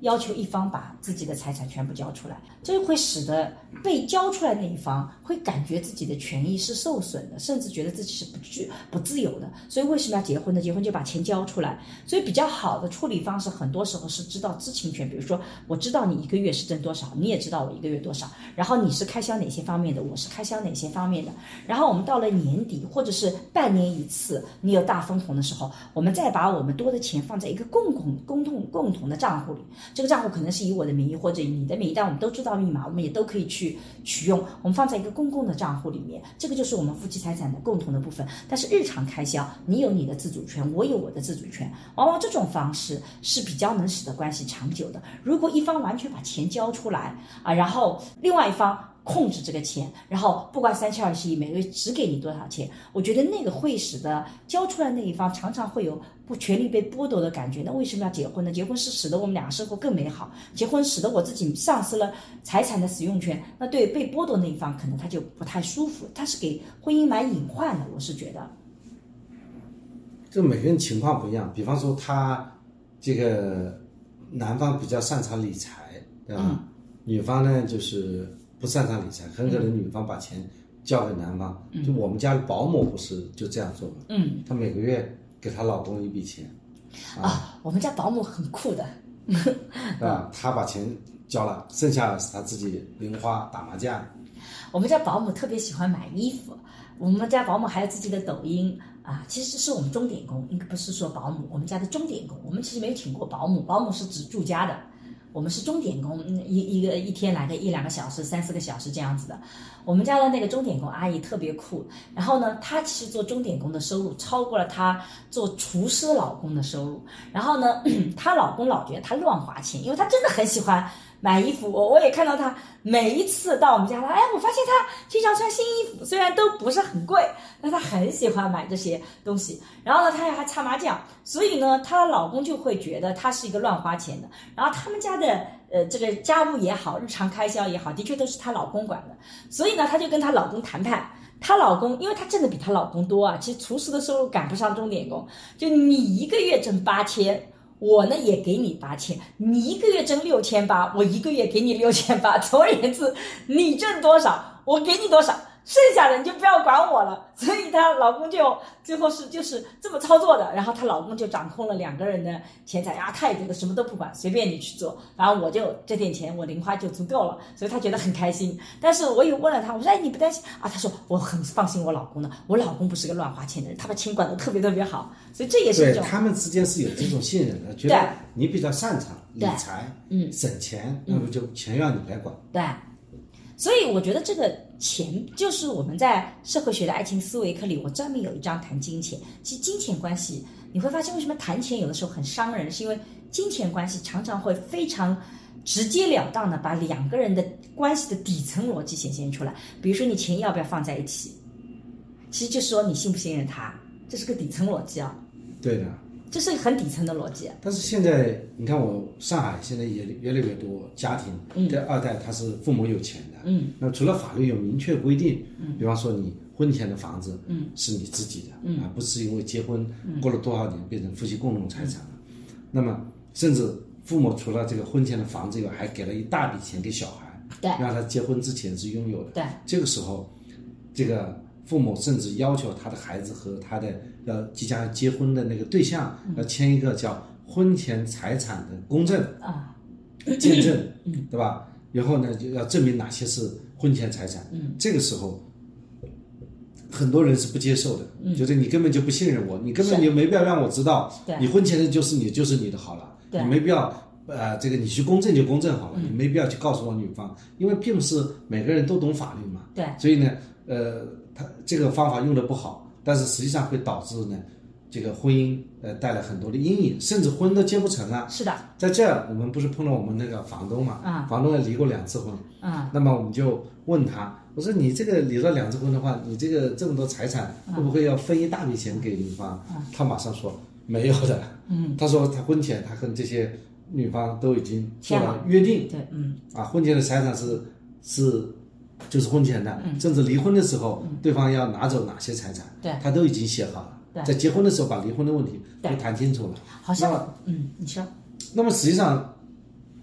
要求一方把自己的财产全部交出来，这会使得被交出来那一方会感觉自己的权益是受损的，甚至觉得自己是不自不自由的。所以为什么要结婚呢？结婚就把钱交出来。所以比较好的处理方式，很多时候是知道知情权。比如说，我知道你一个月是挣多少，你也知道我一个月多少，然后你是开销哪些方面的，我是开销哪些方面的。然后我们到了年底或者是半年一次，你有大分红的时候，我们再把我们多的钱放在一个共同共同共同的账户里。这个账户可能是以我的名义或者以你的名义，但我们都知道密码，我们也都可以去取用。我们放在一个公共的账户里面，这个就是我们夫妻财产的共同的部分。但是日常开销，你有你的自主权，我有我的自主权，往往这种方式是比较能使得关系长久的。如果一方完全把钱交出来啊，然后另外一方控制这个钱，然后不管三七二十一，每个月只给你多少钱，我觉得那个会使得交出来那一方常常会有不权利被剥夺的感觉。那为什么要结婚呢？结婚是使得我们两个生活更美好，结婚使得我自己丧失了财产的使用权，那对被剥夺那一方可能他就不太舒服，他是给婚姻买隐患的。我是觉得这每个人情况不一样，比方说他这个男方比较擅长理财，对吧？嗯、女方呢就是不擅长理财，很可能女方把钱交给男方。嗯、就我们家的保姆不是就这样做吗？嗯，她每个月给她老公一笔钱。 啊，啊我们家保姆很酷的。 啊，她把钱交了，剩下是她自己零花打麻将。 我们家保姆特别喜欢买衣服，我们家保姆还有自己的抖音。啊，其实是我们钟点工，应该不是说保姆，我们家的钟点工，我们其实没有请过保姆，保姆是指住家的，我们是钟点工，一一个一天来个一两个小时、三四个小时这样子的。我们家的那个钟点工阿姨特别酷，然后呢，她其实做钟点工的收入超过了她做厨师老公的收入。然后呢，她老公老觉得她乱花钱，因为她真的很喜欢买衣服，我我也看到她每一次到我们家来，哎，我发现她经常穿新衣服，虽然都不是很贵，但她很喜欢买这些东西。然后呢，她还擦麻将，所以呢，她老公就会觉得她是一个乱花钱的。然后他们家的呃这个家务也好，日常开销也好，的确都是她老公管的。所以呢，她就跟她老公谈判。她老公，因为她挣的比她老公多啊，其实厨师的收入赶不上钟点工，就你一个月挣八千。我呢也给你八千，你一个月挣六千八，我一个月给你六千八。总而言之，你挣多少，我给你多少，剩下的你就不要管我了。所以她老公就最后是就是这么操作的，然后她老公就掌控了两个人的钱财啊，她也觉得什么都不管，随便你去做，反正我就这点钱我零花就足够了，所以她觉得很开心。但是我也问了她，我说哎你不担心啊？她说我很放心我老公的，我老公不是个乱花钱的人，他把钱管得特别特别好，所以这也是一种对他们之间是有这种信任的，觉得你比较擅长理财，嗯，省钱，那么就钱让你来管。 对。所以我觉得这个钱就是我们在社会学的爱情思维课里，我专门有一章谈金钱。其实金钱关系你会发现为什么谈钱有的时候很伤人，是因为金钱关系常常会非常直截了当的把两个人的关系的底层逻辑显现出来。比如说你钱要不要放在一起，其实就是说你信不信任他，这是个底层逻辑啊。 对的， 这是很底层的逻辑。 但是现在你看，我上海现在也越来越多家庭的二代他是父母有钱的，嗯，那除了法律有明确规定，嗯，比方说你婚前的房子，嗯，是你自己的，嗯，啊，不是因为结婚过了多少年变成夫妻共同财产了，嗯，那么甚至父母除了这个婚前的房子以外，还给了一大笔钱给小孩，对，让他结婚之前是拥有的，对，这个时候，这个父母甚至要求他的孩子和他的要即将结婚的那个对象要签一个叫婚前财产的公证啊，见证，对吧？然后呢，就要证明哪些是婚前财产。嗯，这个时候很多人是不接受的，嗯，觉得你根本就不信任我，你根本就没必要让我知道，你婚前的就是你就是你的好了，你没必要呃这个你去公证就公证好了，嗯，你没必要去告诉我女方，因为并不是每个人都懂法律嘛，对，所以呢，呃，他这个方法用的不好，但是实际上会导致呢。这个婚姻呃带来很多的阴影，甚至婚都结不成啊。是的，在这儿我们不是碰到我们那个房东嘛，嗯，房东也离过两次婚，嗯，那么我们就问他，我说你这个离了两次婚的话，你这个这么多财产会不会要分一大笔钱给女方？嗯，他马上说没有的，嗯，他说他婚前他跟这些女方都已经做了约定，对，嗯，啊，婚前的财产是是就是婚前的，嗯，甚至离婚的时候，嗯，对方要拿走哪些财产，对，他都已经写好了。在结婚的时候把离婚的问题都谈清楚了， 好像嗯，你说。 那么实际上，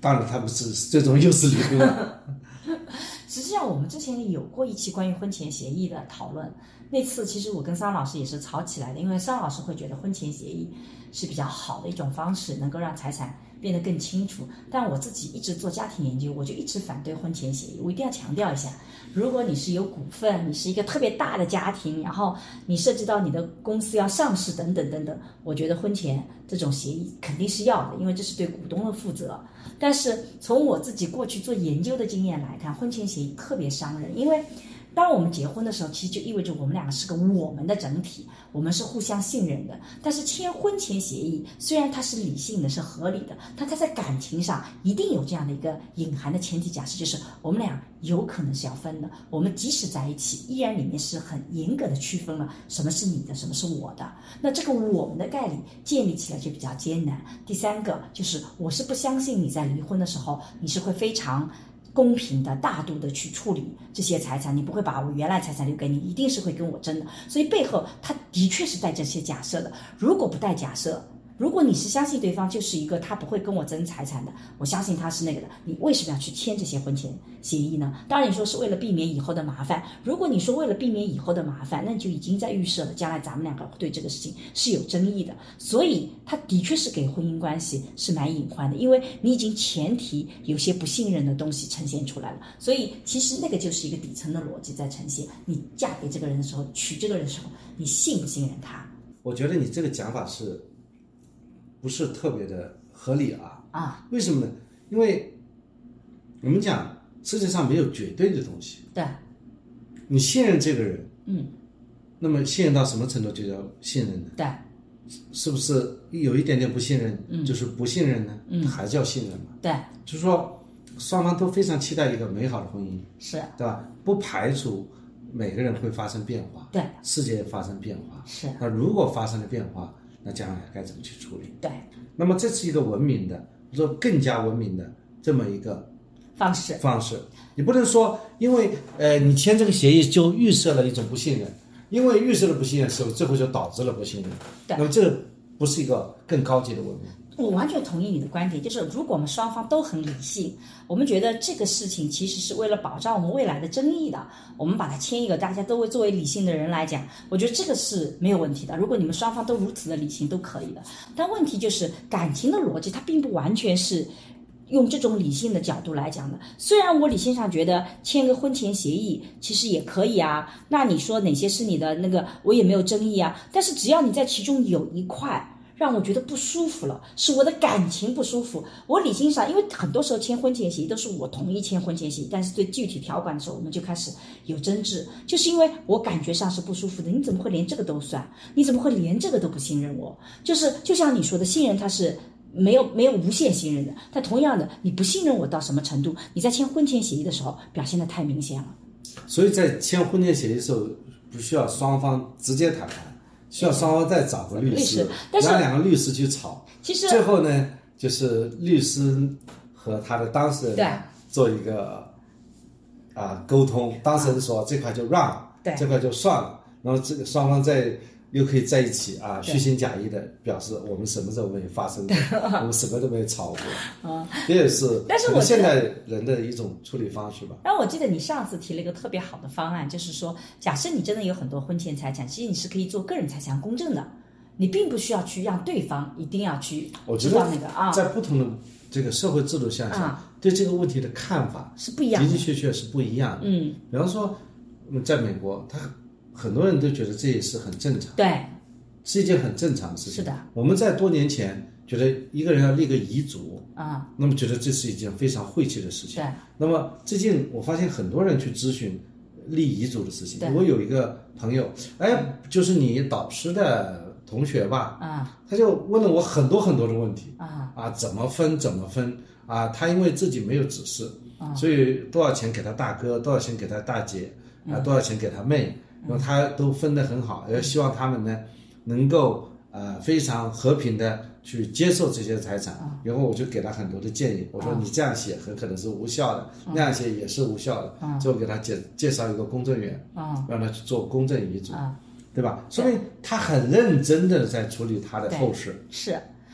当然他们是最终又是离婚了。 实际上我们之前有过一期关于婚前协议的讨论，那次其实我跟桑老师也是吵起来的，因为桑老师会觉得婚前协议是比较好的一种方式，能够让财产变得更清楚。但我自己一直做家庭研究，我就一直反对婚前协议。我一定要强调一下，如果你是有股份，你是一个特别大的家庭，然后你涉及到你的公司要上市等等等等，我觉得婚前这种协议肯定是要的，因为这是对股东的负责。但是从我自己过去做研究的经验来看，婚前协议特别伤人，因为当我们结婚的时候，其实就意味着我们两个是个我们的整体，我们是互相信任的。但是签婚前协议虽然它是理性的，是合理的，但它在感情上一定有这样的一个隐含的前提假设，就是我们俩有可能是要分的。我们即使在一起，依然里面是很严格的区分了什么是你的，什么是我的。那这个我们的概率建立起来就比较艰难。第三个就是我是不相信你在离婚的时候你是会非常公平的大度的去处理这些财产，你不会把我原来财产留给你，一定是会跟我争的。所以背后他的确是带这些假设的。如果不带假设，如果你是相信对方就是一个他不会跟我争财产的，我相信他是那个的，你为什么要去签这些婚前协议呢？当然你说是为了避免以后的麻烦，如果你说为了避免以后的麻烦，那你就已经在预设了将来咱们两个对这个事情是有争议的。所以他的确是给婚姻关系是蛮隐患的，因为你已经前提有些不信任的东西呈现出来了。所以其实那个就是一个底层的逻辑在呈现，你嫁给这个人的时候，娶这个人的时候，你信不信任他？ 我觉得你这个讲法是不是特别的合理啊？ 啊， 为什么呢？因为我们讲世界上没有绝对的东西。 对， 你信任这个人， 嗯， 那么信任到什么程度就叫信任呢？ 对， 是不是有一点点不信任，嗯，就是不信任呢？ 嗯， 还叫信任嘛？ 对， 就是说双方都非常期待一个美好的婚姻， 是， 对吧？不排除每个人会发生变化， 对， 世界发生变化， 是。 那如果发生了变化，那将来该怎么去处理？ 对， 那么这是一个文明的，或者说更加文明的这么一个方式方式。你不能说因为呃你签这个协议就预设了一种不信任，因为预设了不信任，所以最后就导致了不信任。 对， 那么这不是一个更高级的文明。 我完全同意你的观点，就是如果我们双方都很理性，我们觉得这个事情其实是为了保障我们未来的争议的，我们把它签一个大家都会作为理性的人来讲，我觉得这个是没有问题的。如果你们双方都如此的理性，都可以的。但问题就是感情的逻辑它并不完全是用这种理性的角度来讲的。虽然我理性上觉得签个婚前协议其实也可以啊，那你说哪些是你的那个我也没有争议啊，但是只要你在其中有一块让我觉得不舒服了，是我的感情不舒服，我理性上，因为很多时候签婚前协议都是我同意签婚前协议，但是对具体条款的时候我们就开始有争执，就是因为我感觉上是不舒服的，你怎么会连这个都算？你怎么会连这个都不信任我？就是就像你说的，信任它是没有没有无限信任的，但同样的，你不信任我到什么程度？你在签婚前协议的时候表现得太明显了。 所以在签婚前协议的时候，不需要双方直接谈判，需要双方再找个律师，让两个律师去吵。 其实最后呢，就是律师和他的当事人做一个啊沟通，当事人说这块就让了，这块就算了，然后这个双方再又可以在一起啊，虚情假意的表示我们什么都没有发生过，我们什么都没有吵过，啊，这也是但是我现代人的一种处理方式吧。 然后我记得你上次提了一个特别好的方案，就是说，假设你真的有很多婚前财产，其实你是可以做个人财产公证的，你并不需要去让对方一定要去知道那个啊。 在不同的这个社会制度下下、啊，对这个问题的看法是不一样的， 的的确确是不一样的。嗯，比方说，在美国，他很多人都觉得这也是很正常， 对， 是一件很正常的事情。 是的， 我们在多年前觉得一个人要立个遗嘱啊， 那么觉得这是一件非常晦气的事情。 对， 那么最近我发现很多人去咨询立遗嘱的事情。我有一个朋友，哎，就是你导师的同学吧， 啊， 他就问了我很多很多的问题啊， 啊，怎么分怎么分啊？他因为自己没有指示， 啊， 所以多少钱给他大哥，多少钱给他大姐，啊，多少钱给他妹。然后他都分得很好，也希望他们呢能够呃非常和平的去接受这些财产。然后我就给他很多的建议，我说你这样写很可能是无效的，那样写也是无效的。最后给他介介绍一个公证员，让他去做公证遗嘱，对吧？说明他很认真的在处理他的后事。 是。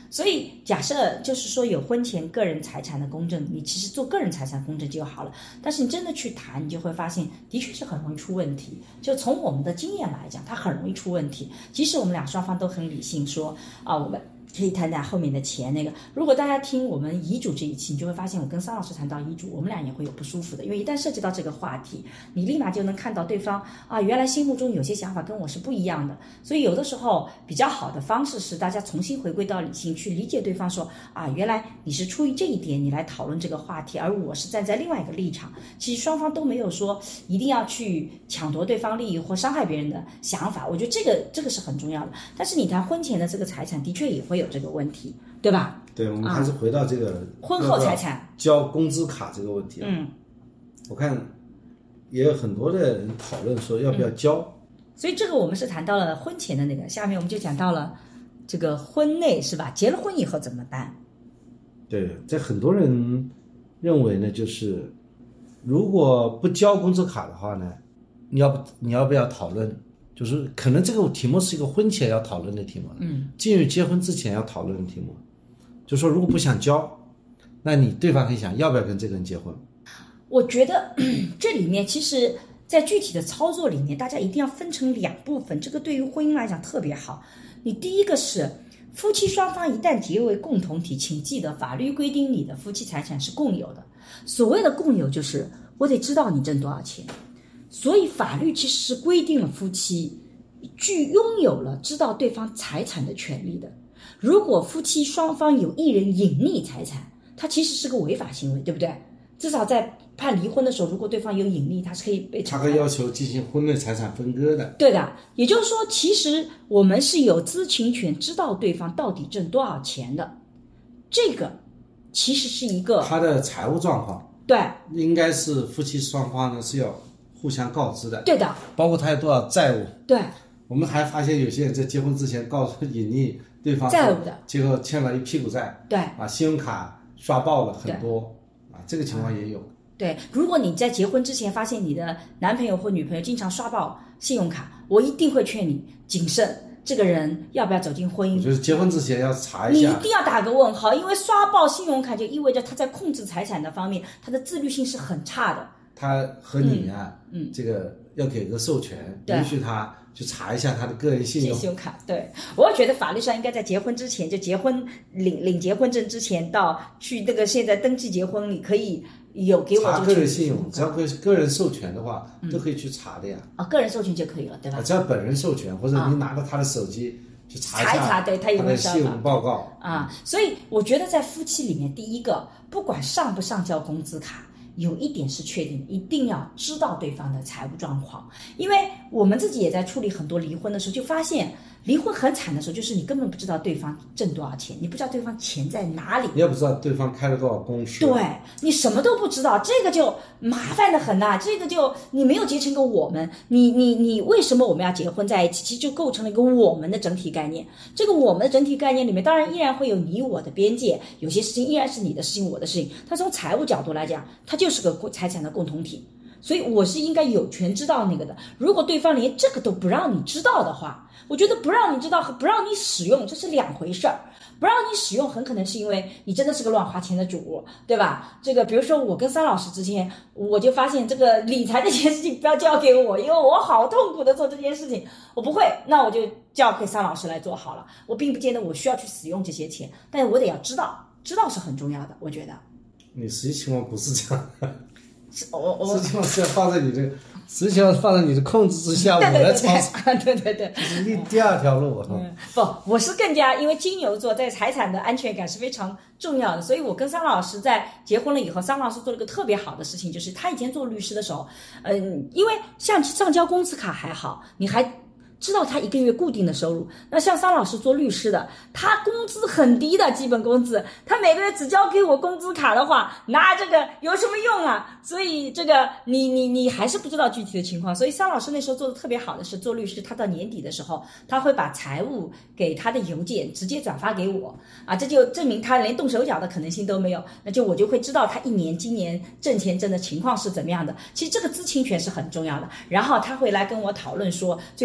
所以假设就是说有婚前个人财产的公证，你其实做个人财产公证就好了。但是你真的去谈，你就会发现的确是很容易出问题。就从我们的经验来讲，它很容易出问题。即使我们俩双方都很理性说啊，我们可以谈谈后面的钱那个。如果大家听我们遗嘱这一期，你就会发现我跟桑老师谈到遗嘱，我们俩也会有不舒服的，因为一旦涉及到这个话题，你立马就能看到对方啊，原来心目中有些想法跟我是不一样的。所以有的时候比较好的方式是大家重新回归到理性，去理解对方说啊，原来你是出于这一点你来讨论这个话题，而我是站在另外一个立场。其实双方都没有说一定要去抢夺对方利益或伤害别人的想法，我觉得这个这个是很重要的。但是你谈婚前的这个财产，的确也会有这个问题，对吧？ 对，我们还是回到这个、 啊、婚后财产交工资卡这个问题、啊。 嗯， 我看也有很多的人讨论说要不要交、嗯， 所以这个我们是谈到了婚前的那个，下面我们就讲到了这个婚内是吧？结了婚以后怎么办？ 对，在很多人认为呢，就是如果不交工资卡的话呢，你要不你要不要讨论？就是可能这个题目是一个婚前要讨论的题目， 嗯， 进入结婚之前要讨论的题目，就是说如果不想交，那你对方可以想要不要跟这个人结婚？ 我觉得这里面其实在具体的操作里面，大家一定要分成两部分，这个对于婚姻来讲特别好。你第一个是夫妻双方一旦结为共同体，请记得法律规定你的夫妻财产是共有的。所谓的共有就是我得知道你挣多少钱，所以法律其实是规定了夫妻具拥有了知道对方财产的权利的。如果夫妻双方有一人隐匿财产，它其实是个违法行为，对不对？至少在判离婚的时候，如果对方有隐匿，他是可以被他可以要求进行婚内财产分割的。 对的，也就是说，其实我们是有知情权，知道对方到底挣多少钱的。这个其实是一个他的财务状况， 对， 应该是夫妻双方呢是要互相告知的。 对的， 包括他有多少债务。 对， 我们还发现有些人在结婚之前告诉隐匿对方债务的， 结果欠了一屁股债。 对啊，信用卡刷爆了很多啊，这个情况也有。 对，如果你在结婚之前发现你的男朋友或女朋友经常刷爆信用卡，我一定会劝你谨慎，这个人要不要走进婚姻？ 就是结婚之前要查一下， 你一定要打个问号，因为刷爆信用卡就意味着他在控制财产的方面，他的自律性是很差的。 他和你啊， 嗯，嗯这个要给个授权，允许他去查一下他的个人信用。 信用卡，对，我觉得法律上应该在结婚之前，就结婚领领结婚证之前，到去那个现在登记结婚，你可以有给我这查个人信用，只要个个人授权的话，嗯、都可以去查的呀。 啊、哦，个人授权就可以了，对吧？ 只要本人授权，或者你拿着他的手机去查一下， 查一查，对他有没有信用报告啊。所以我觉得在夫妻里面，第一个，不管上不上交工资卡。有一点是确定的，一定要知道对方的财务状况，因为我们自己也在处理很多离婚的时候，就发现离婚很惨的时候，就是你根本不知道对方挣多少钱，你不知道对方钱在哪里， 你也不知道对方开了多少公司， 对，你什么都不知道，这个就麻烦的很呐、啊。这个就你没有结成个我们，你你你为什么我们要结婚在一起？其实就构成了一个我们的整体概念。这个我们的整体概念里面，当然依然会有你我的边界，有些事情依然是你的事情，我的事情。但从财务角度来讲，它就是个财产的共同体。所以我是应该有权知道那个的。如果对方连这个都不让你知道的话，我觉得不让你知道和不让你使用这是两回事儿。不让你使用很可能是因为你真的是个乱花钱的主，对吧？这个比如说我跟桑老师之间，我就发现这个理财这件事情不要交给我，因为我好痛苦的做这件事情，我不会，那我就交给桑老师来做好了。我并不见得我需要去使用这些钱，但是我得要知道，知道是很重要的，我觉得。 你实际情况不是这样的。 我我实际上是要放在你的，实际上放在你的控制之下，我来操作。 对对对， 这是第第二条路。 嗯，不，我是更加因为金牛座在财产的安全感是非常重要的，所以我跟桑老师在结婚了以后，桑老师做了个特别好的事情，就是他以前做律师的时候，嗯，因为像上交工资卡还好，你还知道他一个月固定的收入。那像桑老师做律师的，他工资很低的基本工资，他每个月只交给我工资卡的话，那这个有什么用啊？所以这个你你你还是不知道具体的情况。所以桑老师那时候做的特别好的是做律师，他到年底的时候，他会把财务给他的邮件直接转发给我啊，这就证明他连动手脚的可能性都没有。那就我就会知道他一年今年挣钱挣的情况是怎么样的。其实这个知情权是很重要的。然后他会来跟我讨论说，最后我们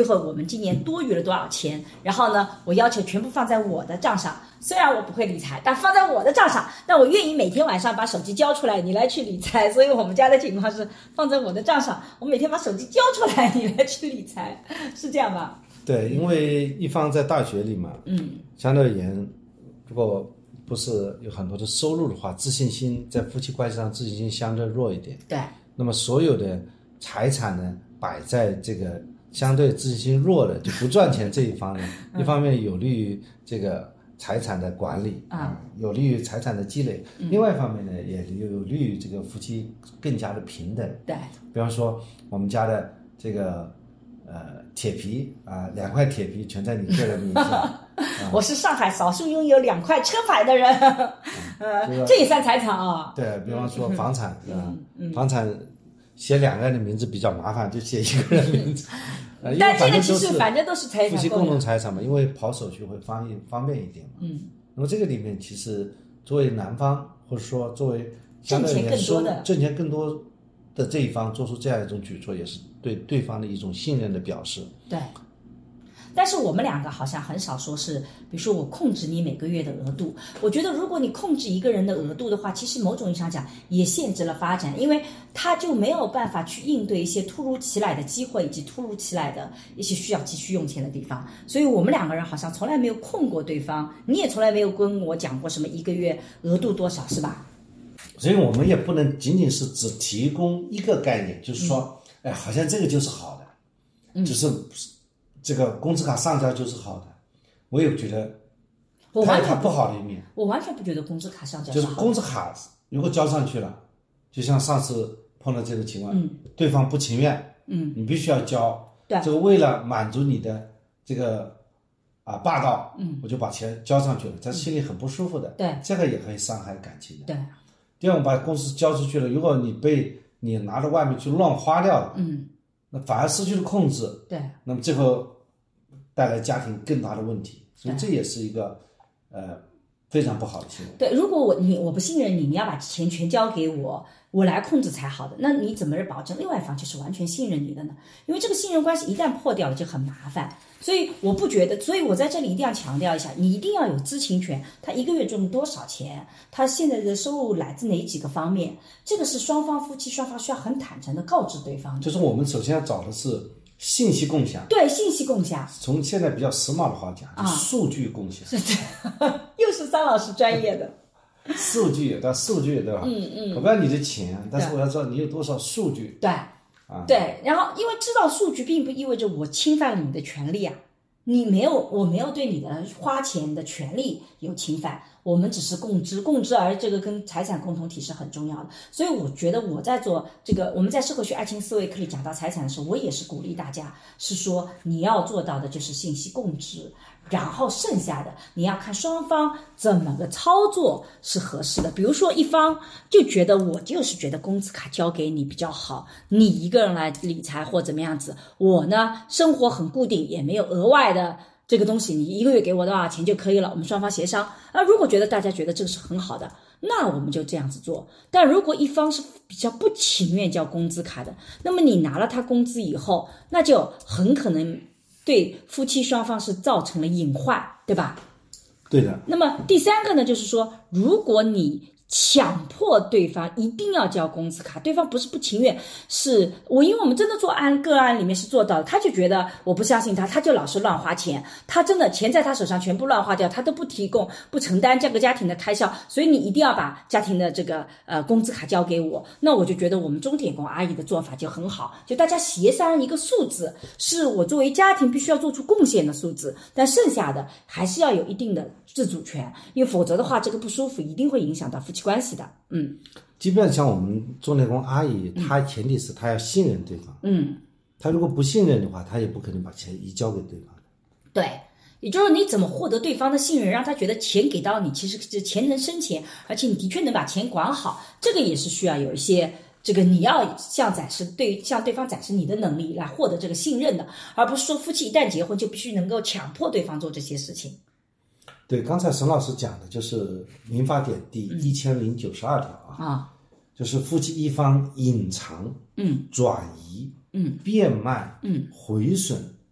们今年多余了多少钱，然后呢，我要求全部放在我的账上。虽然我不会理财，但放在我的账上，但我愿意每天晚上把手机交出来，你来去理财。所以我们家的情况是放在我的账上，我每天把手机交出来，你来去理财，是这样吧？ 对，因为一方在大学里嘛，嗯，相对而言，如果不是有很多的收入的话，自信心在夫妻关系上自信心相对弱一点。 对， 那么所有的财产呢，摆在这个相对自信心弱的就不赚钱这一方呢，嗯、一方面有利于这个财产的管理啊、嗯，有利于财产的积累；嗯、另外一方面呢，也有利于这个夫妻更加的平等。 对， 比方说我们家的这个呃铁皮啊，两块铁皮全在你个人名下。 嗯、我是上海少数拥有两块车牌的人，呃，嗯、这也算财产啊。 对，比方说房产，嗯啊嗯、房产写两个人的名字比较麻烦，就写一个人名字。呃、 但这个其实反正都是财产， 夫妻共同财产嘛，因为跑手续会方便方便一点嘛。 嗯。 那么这个里面，其实作为男方或者说作为挣钱更多的挣钱更多的这一方做出这样一种举措，也是对对方的一种信任的表示。 对。但是我们两个好像很少说是，比如说我控制你每个月的额度。我觉得如果你控制一个人的额度的话，其实某种意义上讲也限制了发展，因为他就没有办法去应对一些突如其来的机会以及突如其来的一些需要急需用钱的地方。所以我们两个人好像从来没有控过对方，你也从来没有跟我讲过什么一个月额度多少，是吧？ 所以我们也不能仅仅是只提供一个概念，就是说，嗯、哎，好像这个就是好的，嗯、就是。这个工资卡上交就是好的，我也觉得它有它不好的一面。 我完全不觉得工资卡上交是好的。就是工资卡如果交上去了，就像上次碰到这个情况，嗯、对方不情愿，嗯，你必须要交， 对， 这个为了满足你的这个啊霸道，嗯，我就把钱交上去了，他心里很不舒服的， 对， 这个也可以伤害感情的。 对， 第二，我把工资交出去了，如果你被你拿到外面去乱花掉了， 嗯， 那反而失去了控制， 对， 那么最后带来家庭更大的问题，所以这也是一个呃非常不好的行为。 对，如果我你我不信任你，你要把钱全交给我，我来控制才好的。那你怎么保证另外一方就是完全信任你的呢？因为这个信任关系一旦破掉了就很麻烦。所以我不觉得，所以我在这里一定要强调一下，你一定要有知情权。他一个月挣多少钱？他现在的收入来自哪几个方面？这个是双方夫妻双方需要很坦诚的告知对方的。 就是我们首先要找的是信息共享， 对，信息共享。 从现在比较时髦的话讲，就数据共享。 是的，又是桑老师专业的。 数据，但数据对吧？ 嗯嗯。 我不要你的钱，但是我要知道你有多少数据。 对。 啊， 对，然后因为知道数据并不意味着我侵犯了你的权利啊，你没有，我没有对你的花钱的权利有侵犯，我们只是共知，共知而这个跟财产共同体是很重要的。所以我觉得我在做这个，我们在社会学爱情思维课里讲到财产的时候，我也是鼓励大家，是说你要做到的就是信息共知。然后剩下的你要看双方怎么个操作是合适的。比如说一方就觉得我就是觉得工资卡交给你比较好，你一个人来理财或怎么样子，我呢生活很固定，也没有额外的这个东西，你一个月给我多少钱就可以了，我们双方协商。而如果觉得大家觉得这个是很好的，那我们就这样子做。但如果一方是比较不情愿交工资卡的，那么你拿了他工资以后，那就很可能对夫妻双方是造成了隐患，对吧？ 对的。 那么第三个呢，就是说，如果你强迫对方一定要交工资卡，对方不是不情愿，是我因为我们真的做案个案里面是做到的，他就觉得我不相信他，他就老是乱花钱，他真的钱在他手上全部乱花掉，他都不提供不承担这个家庭的开销，所以你一定要把家庭的这个呃工资卡交给我。那我就觉得我们钟点工阿姨的做法就很好，就大家协商一个数字，是我作为家庭必须要做出贡献的数字，但剩下的还是要有一定的自主权，因为否则的话这个不舒服一定会影响到夫妻关系的。嗯， 基本上像我们钟点工阿姨，她前提是她要信任对方。 嗯， 她如果不信任的话，她也不可能把钱移交给对方。 对，也就是你怎么获得对方的信任，让他觉得钱给到你其实是钱能生钱，而且你的确能把钱管好，这个也是需要有一些这个你要向展示对向对方展示你的能力来获得这个信任的，而不是说夫妻一旦结婚就必须能够强迫对方做这些事情。 对，刚才沈老师讲的就是民法典第一千零九十二条啊， 啊， 就是夫妻一方隐藏、 嗯、 转移、 嗯、 变卖、 嗯、 毁损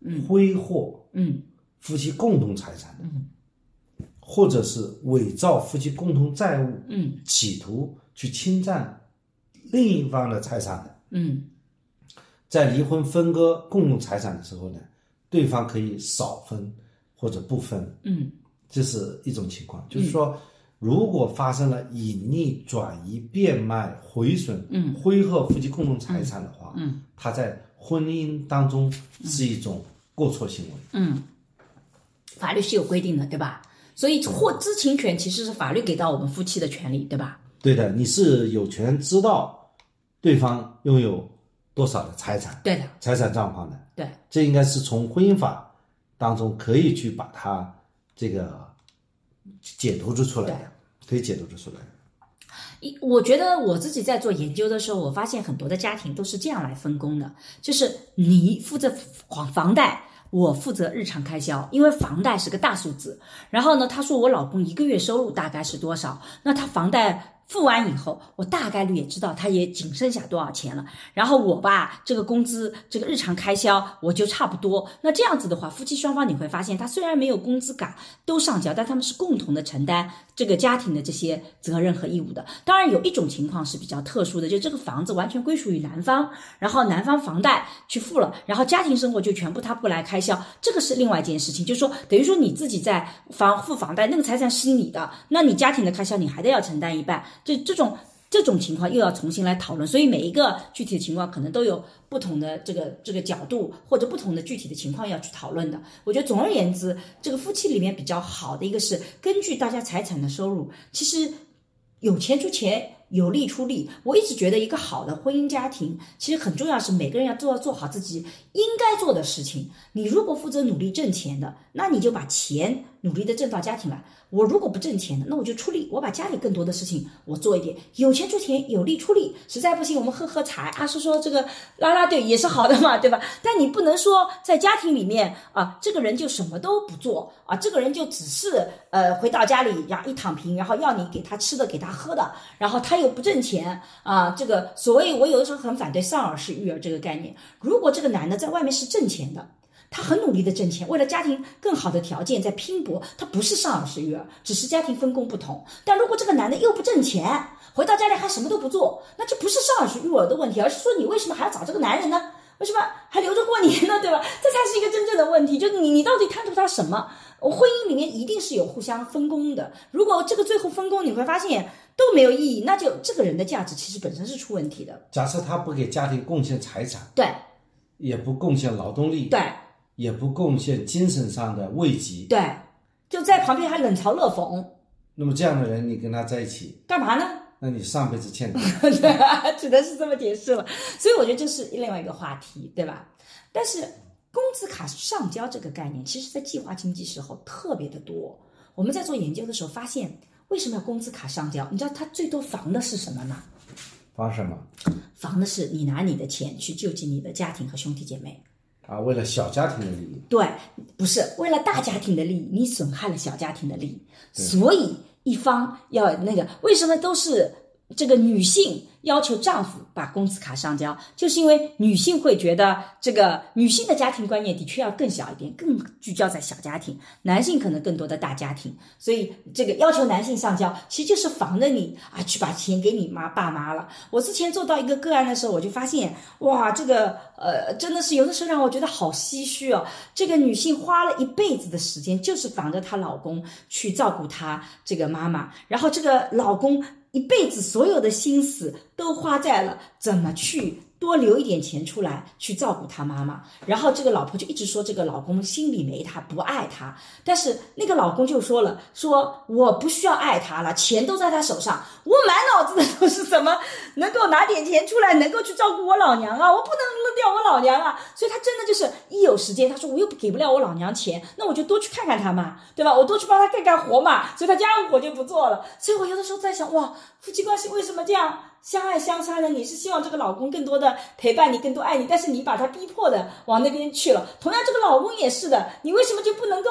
挥霍嗯夫妻共同财产的， 嗯或者是伪造夫妻共同债务， 嗯企图去侵占另一方的财产的， 嗯在离婚分割共同财产的时候呢，对方可以少分或者不分， 嗯， 这是一种情况。就是说，如果发生了隐匿、转移、变卖、毁损、 嗯挥霍夫妻共同财产的话， 嗯， 它在婚姻当中是一种过错行为。 嗯，法律是有规定的，对吧？所以获知情权其实是法律给到我们夫妻的权利，对吧？ 对的，你是有权知道对方拥有多少的财产， 对的， 财产状况的。 对， 这应该是从婚姻法当中可以去把它这个解读出来的，可以解读出来的。 一，我觉得我自己在做研究的时候，我发现很多的家庭都是这样来分工的，就是你负责房房贷，我负责日常开销，因为房贷是个大数字。然后呢，他说我老公一个月收入大概是多少，那他房贷付完以后，我大概率也知道他也仅剩下多少钱了。然后我吧，这个工资，这个日常开销我就差不多。那这样子的话，夫妻双方你会发现，他虽然没有工资卡都上交，但他们是共同的承担这个家庭的这些责任和义务的。当然有一种情况是比较特殊的，就这个房子完全归属于男方，然后男方房贷去付了，然后家庭生活就全部他不来开销，这个是另外一件事情。就是说等于说你自己在房付房贷，那个财产是你的，那你家庭的开销你还得要承担一半，这这种这种情况又要重新来讨论。所以每一个具体的情况可能都有不同的这个这个角度，或者不同的具体的情况要去讨论的。我觉得总而言之，这个夫妻里面比较好的一个是根据大家财产的收入，其实有钱出钱，有力出力。我一直觉得一个好的婚姻家庭其实很重要，是每个人要做做好自己应该做的事情。你如果负责努力挣钱的，那你就把钱努力的挣到家庭来。我如果不挣钱的，那我就出力，我把家里更多的事情我做一点，有钱出钱，有力出力。实在不行我们喝喝彩啊，说说这个啦啦队也是好的嘛，对吧？但你不能说在家庭里面啊，这个人就什么都不做啊，这个人就只是呃回到家里然后一躺平，然后要你给他吃的给他喝的，然后他又不挣钱啊。这个所谓我有的时候很反对丧儿式育儿这个概念。如果这个男的在外面是挣钱的，他很努力的挣钱，为了家庭更好的条件在拼搏，他不是丧儿式育儿，只是家庭分工不同。但如果这个男的又不挣钱，回到家里还什么都不做，那就不是丧儿式育儿的问题，而是说你为什么还要找这个男人呢？为什么还留着过年呢？对吧？这才是一个真正的问题，就是你你到底贪图他什么？婚姻里面一定是有互相分工的，如果这个最后分工你会发现都没有意义，那就这个人的价值其实本身是出问题的。 假设他不给家庭贡献财产， 对， 也不贡献劳动力， 对， 也不贡献精神上的慰藉， 对，就在旁边还冷嘲热讽， 那么这样的人你跟他在一起干嘛呢？ 那你上辈子欠他对啊，只能是这么解释了。所以我觉得这是另外一个话题，对吧？但是工资卡上交这个概念，其实在计划经济时候特别的多。我们在做研究的时候发现，为什么要工资卡上交？你知道它最多防的是什么吗？ 防什么？ 防的是你拿你的钱去救济你的家庭和兄弟姐妹。 啊，为了小家庭的利益。 对，不是为了大家庭的利益，你损害了小家庭的利益，所以一方要那个，为什么都是这个女性要求丈夫把工资卡上交，就是因为女性会觉得这个女性的家庭观念的确要更小一点，更聚焦在小家庭，男性可能更多的大家庭，所以这个要求男性上交其实就是防着你啊去把钱给你妈爸妈了。我之前做到一个个案的时候，我就发现哇，这个呃真的是有的时候让我觉得好唏嘘哦。这个女性花了一辈子的时间，就是防着她老公去照顾她这个妈妈，然后这个老公一辈子所有的心思都花在了怎么去多留一点钱出来去照顾他妈妈，然后这个老婆就一直说这个老公心里没他，不爱他。但是那个老公就说了，说我不需要爱他了，钱都在他手上，我满脑子的都是怎么能够拿点钱出来，能够去照顾我老娘啊，我不能扔掉我老娘啊。所以他真的就是一有时间，他说我又给不了我老娘钱，那我就多去看看他嘛，对吧？我多去帮他干干活嘛，所以他家务活就不做了。所以我有的时候在想，哇，夫妻关系为什么这样相爱相杀呢？你是希望这个老公更多的陪伴你，更多爱你，但是你把他逼迫的往那边去了。同样这个老公也是的，你为什么就不能够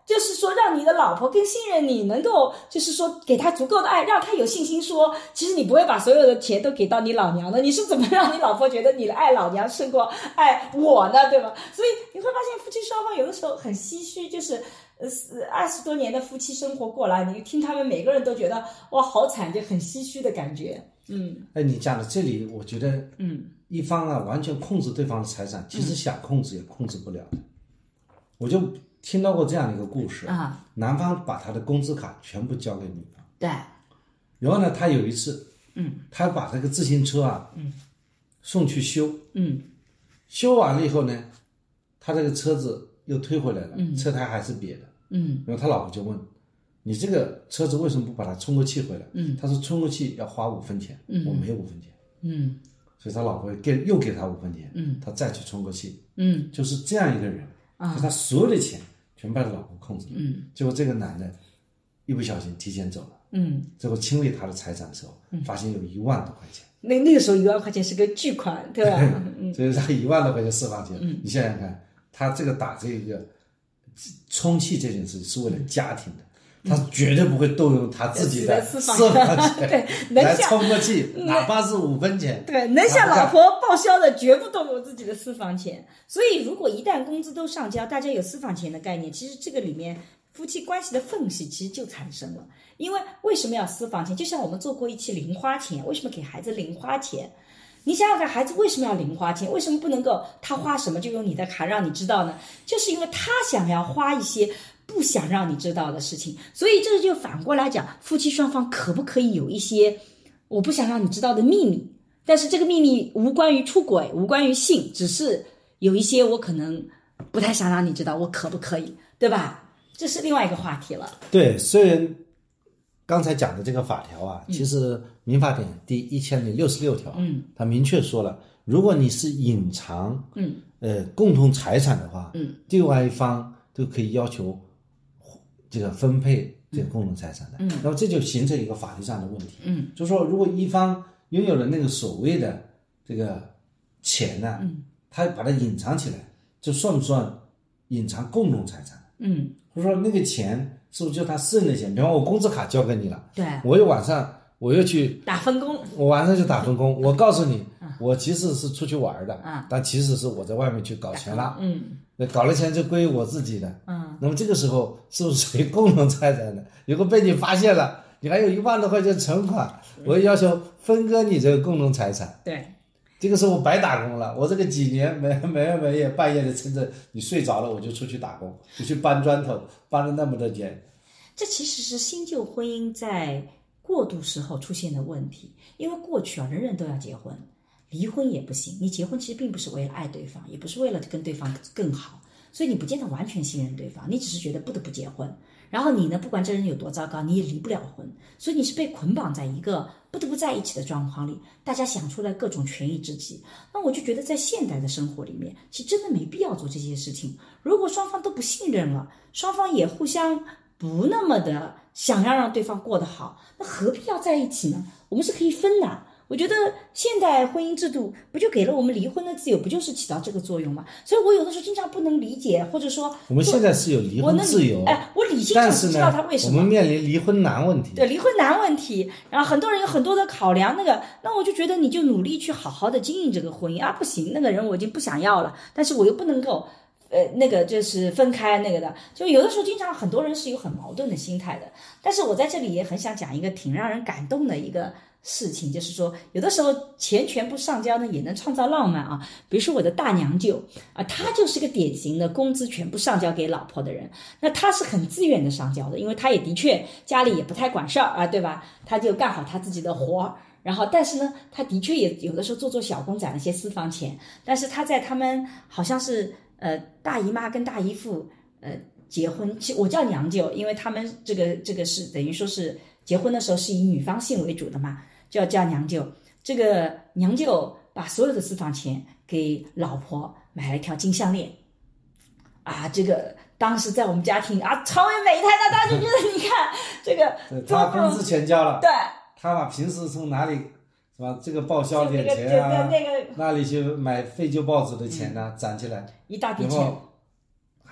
就是说让你的老婆更信任你，能够就是说给她足够的爱，让她有信心说其实你不会把所有的钱都给到你老娘的，你是怎么让你老婆觉得你的爱老娘胜过爱我呢，对吧？所以你会发现夫妻双方有的时候很唏嘘，就是呃二十多年的夫妻生活过来，你听他们每个人都觉得哇好惨，就很唏嘘的感觉。嗯， 哎，你讲的这里，我觉得， 嗯， 一方啊完全控制对方的财产，其实想控制也控制不了的。我就听到过这样的一个故事啊， 男方把他的工资卡全部交给女方， 对， 然后呢，他有一次， 嗯， 他把这个自行车啊， 嗯， 送去修， 嗯， 修完了以后呢，他这个车子又推回来了， 嗯， 车胎还是瘪的， 嗯， 然后他老婆就问，你这个车子为什么不把它充个气回来？ 嗯， 他说充个气要花五分钱， 嗯， 我没有五分钱， 嗯， 所以他老婆给又给他五分钱， 嗯， 他再去充个气， 嗯， 就是这样一个人， 啊， 就他所有的钱全被他老婆控制了， 嗯， 结果这个男的一不小心提前走了， 嗯， 最后清理他的财产的时候，发现有一万多块钱， 那那个时候一万块钱是个巨款，对吧？嗯， 所以他一万多块钱私房钱， 嗯， 你想想看，他这个打这个充气这件事情是为了家庭的。他绝对不会动用他自己的私房钱对， 来充个气，哪怕是五分钱。 对，能向老婆报销的绝不动用自己的私房钱。所以，如果一旦工资都上交，大家有私房钱的概念，其实这个里面夫妻关系的缝隙其实就产生了。因为为什么要私房钱？就像我们做过一期零花钱，为什么给孩子零花钱？你想想看，孩子为什么要零花钱？为什么不能够他花什么就用你的卡让你知道呢？就是因为他想要花一些不想让你知道的事情，所以这就反过来讲，夫妻双方可不可以有一些我不想让你知道的秘密？但是这个秘密无关于出轨，无关于性，只是有一些我可能不太想让你知道，我可不可以？对吧？这是另外一个话题了。 对，虽然刚才讲的这个法条啊，嗯、其实民法典第一千零六十六条，嗯，它明确说了，如果你是隐藏，嗯，呃，共同财产的话，嗯，另外一方都可以要求这个分配这个共同财产的，嗯，然后这就形成一个法律上的问题，嗯，就是说如果一方拥有了那个所谓的这个钱呢，嗯，他把它隐藏起来，这算不算隐藏共同财产？嗯，或者说那个钱是不是就他私人的钱？比方我工资卡交给你了， 对， 我又晚上我又去打分工， 我晚上就打分工，我告诉你，嗯、我其实是出去玩的，嗯，但其实是我在外面去搞钱了，嗯。搞了钱就归我自己的，嗯，那么这个时候是不是属于共同财产的？如果被你发现了，你还有一万多块钱存款，我要求分割你这个共同财产， 对， 这个时候我白打工了，我这个几年没没日没夜，半夜的趁着你睡着了，我就出去打工，就去搬砖头，搬了那么多钱。 这其实是新旧婚姻在过渡时候出现的问题，因为过去啊，人人都要结婚。离婚也不行，你结婚其实并不是为了爱对方，也不是为了跟对方更好，所以你不见得完全信任对方，你只是觉得不得不结婚。然后你呢，不管这人有多糟糕，你也离不了婚，所以你是被捆绑在一个不得不在一起的状况里，大家想出来各种权宜之计。那我就觉得在现代的生活里面，其实真的没必要做这些事情。如果双方都不信任了，双方也互相不那么的想要让对方过得好，那何必要在一起呢？我们是可以分的。我觉得现代婚姻制度不就给了我们离婚的自由，不就是起到这个作用吗？所以我有的时候经常不能理解，或者说我们现在是有离婚自由， 哎，我理性上不知道他为什么， 我们面临离婚难问题， 对，离婚难问题，然后很多人有很多的考量，那个，那我就觉得你就努力去好好的经营这个婚姻啊，不行，那个人我已经不想要了，但是我又不能够。呃，那个就是分开那个的，就有的时候经常很多人是有很矛盾的心态的。但是我在这里也很想讲一个挺让人感动的一个事情，就是说有的时候钱全部上交呢，也能创造浪漫啊。比如说我的大娘舅啊，他就是个典型的工资全部上交给老婆的人。那他是很自愿的上交的，因为他也的确家里也不太管事儿啊，对吧？他就干好他自己的活。然后，但是呢，他的确也有的时候做做小工，攒了些私房钱。但是他在他们好像是。呃，大姨妈跟大姨父呃结婚，其实我叫娘舅，因为他们这个这个是等于说是结婚的时候是以女方姓为主的嘛，就要叫娘舅。这个娘舅把所有的私房钱给老婆买了一条金项链，啊，这个当时在我们家庭啊成为美态，大家就觉得你看这个， 他工资全交了， 对， 他把平时从哪里。是吧？这个报销点钱啊， 那个那里去买废旧报纸的钱呢、啊，攒起来一大笔钱，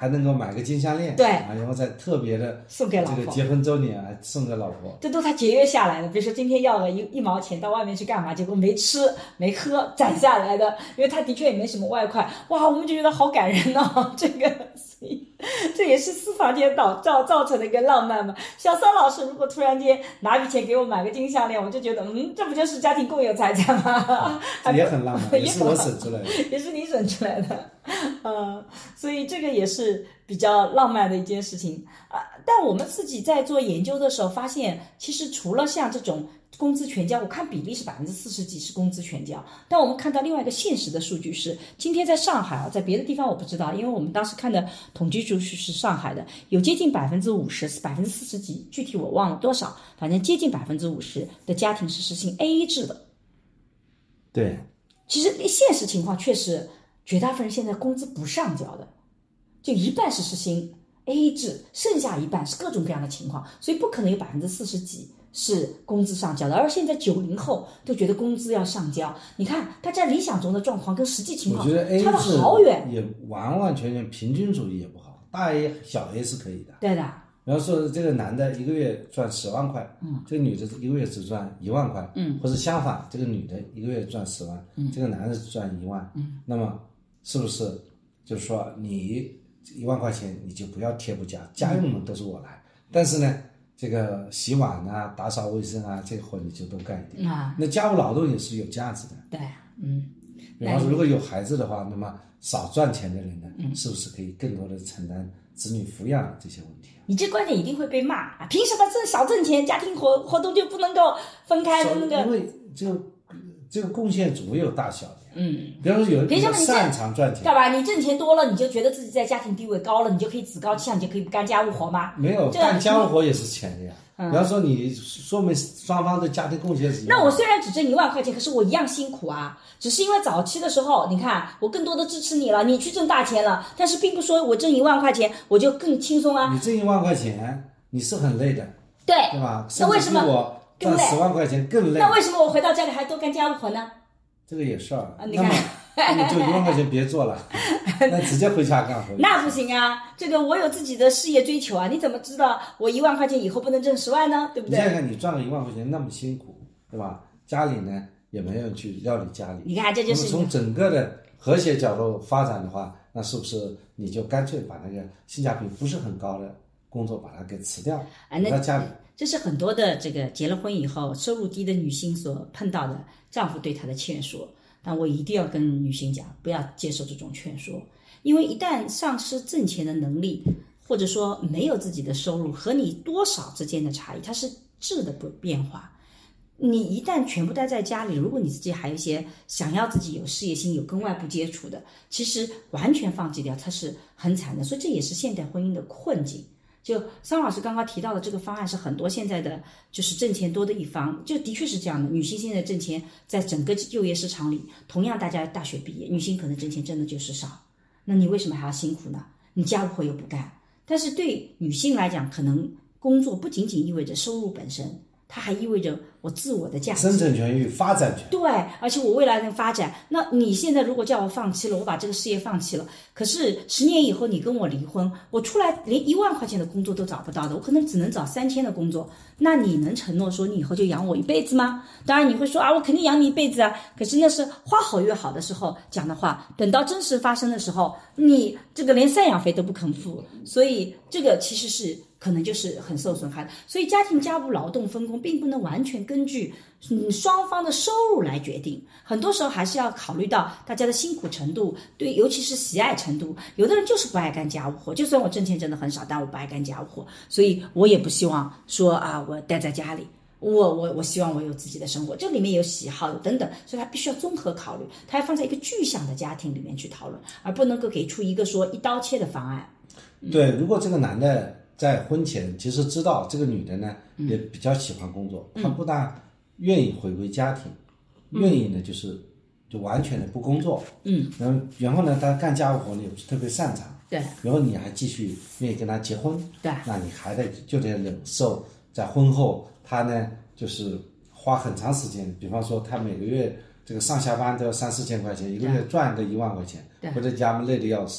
还能够买个金项链， 对啊，然后再特别的送给老婆这个结婚周年啊送给老婆， 这都他节约下来的。比如说今天要了一一毛钱到外面去干嘛，结果没吃没喝攒下来的，因为他的确也没什么外快，哇，我们就觉得好感人哦，这个所以这也是私房钱导造造成的一个浪漫嘛。小桑老师如果突然间拿笔钱给我买个金项链，我就觉得嗯，这不就是家庭共有财产吗？ 这也很浪漫，也是我省出来的， 也是你省出来的，呃，所以这个也是比较浪漫的一件事情啊。但我们自己在做研究的时候发现，其实除了像这种工资全交，我看比例是百分之四十几是工资全交，但我们看到另外一个现实的数据是，今天在上海啊，在别的地方我不知道，因为我们当时看的统计数据是上海的，有接近百分之五十，百分之四十几，具体我忘了多少，反正接近百分之五十的家庭是实行 A A 制的。 对， 其实现实情况确实，绝大部分人现在工资不上交的，就一半是实行 A A 制，剩下一半是各种各样的情况，所以不可能有百分之四十几是工资上交的。而现在九零后都觉得工资要上交，你看大家理想中的状况跟实际情况差得好远， 也完完全全平均主义也不好，大 A 小 A 是可以的。 对的。 然后说这个男的一个月赚十万块，嗯，这个女的一个月只赚一万块，嗯，或者相反，这个女的一个月赚十万，嗯，这个男的赚一万，嗯，那么是不是就是说你一万块钱你就不要贴补家，家用们都是我来，嗯，但是呢，这个洗碗啊、打扫卫生啊，这个活你就都干一点啊。那家务劳动也是有价值的， 对，嗯。 比方说，如果有孩子的话，那么少赚钱的人呢，嗯，是不是可以更多的承担子女抚养这些问题？ 你这观点一定会被骂啊！凭什么挣少挣钱，家庭活活动就不能够分开的那个？ 因为这个这个贡献总有大小的。 嗯， 比方说有人擅长赚钱， 对吧？你挣钱多了，你就觉得自己在家庭地位高了，你就可以趾高气扬，你就可以不干家务活吗？ 没有，干家务活也是钱的呀。嗯，比方说你说明双方的家庭贡献是一样的。 那我虽然只挣一万块钱，可是我一样辛苦啊。只是因为早期的时候，你看我更多的支持你了，你去挣大钱了，但是并不说我挣一万块钱我就更轻松啊。 你挣一万块钱，你是很累的， 对对吧？ 那为什么我赚十万块钱更累？ 那为什么我回到家里还多干家务活呢？ 这个也是啊， 你看。 那么就一万块钱别做了，那直接回家干活。 那不行啊，这个我有自己的事业追求啊，你怎么知道我一万块钱以后不能挣十万呢？对不对？ 你想想，你赚了一万块钱那么辛苦，对吧？家里呢也没有去料理家里。 你看，这就是从整个的和谐角度发展的话，那是不是你就干脆把那个性价比不是很高的工作把它给辞掉，回到家里？ 这是很多的这个结了婚以后收入低的女性所碰到的丈夫对她的劝说。但我一定要跟女性讲，不要接受这种劝说，因为一旦丧失挣钱的能力，或者说没有自己的收入，和你多少之间的差异，它是质的不变化。你一旦全部待在家里，如果你自己还有一些想要自己有事业心、有跟外部接触的，其实完全放弃掉，它是很惨的。所以这也是现代婚姻的困境。就桑老师刚刚提到的这个方案是很多现在的就是挣钱多的一方，就的确是这样的。女性现在挣钱在整个就业市场里，同样大家大学毕业，女性可能挣钱真的就是少，那你为什么还要辛苦呢？你家务活又不干。但是对女性来讲，可能工作不仅仅意味着收入本身，它还意味着我自我的价值、 生存权与发展权。 对，而且我未来的发展。那你现在如果叫我放弃了，我把这个事业放弃了，可是十年以后你跟我离婚，我出来连一万块钱的工作都找不到的，我可能只能找三千的工作。那你能承诺说你以后就养我一辈子吗？当然你会说啊，我肯定养你一辈子啊。可是那是花好月好的时候讲的话，等到真实发生的时候，你这个连赡养费都不肯付，所以这个其实是可能就是很受损害的。所以家庭家务劳动分工并不能完全根据嗯双方的收入来决定，很多时候还是要考虑到大家的辛苦程度，对，尤其是喜爱程度。有的人就是不爱干家务活，就算我挣钱真的很少，但我不爱干家务活，所以我也不希望说啊，我待在家里，我我我希望我有自己的生活，这里面有喜好有等等，所以他必须要综合考虑，他要放在一个具象的家庭里面去讨论，而不能够给出一个说一刀切的方案。 对，如果这个男的在婚前其实知道这个女的呢也比较喜欢工作，她不但愿意回归家庭，愿意呢就是就完全的不工作，嗯，然后然后呢她干家务活呢也不是特别擅长， 对， 然后你还继续愿意跟她结婚， 对， 那你还得就得忍受在婚后她呢就是花很长时间，比方说她每个月这个上下班都要三四千块钱，一个月赚个一万块钱，回到家们累得要死。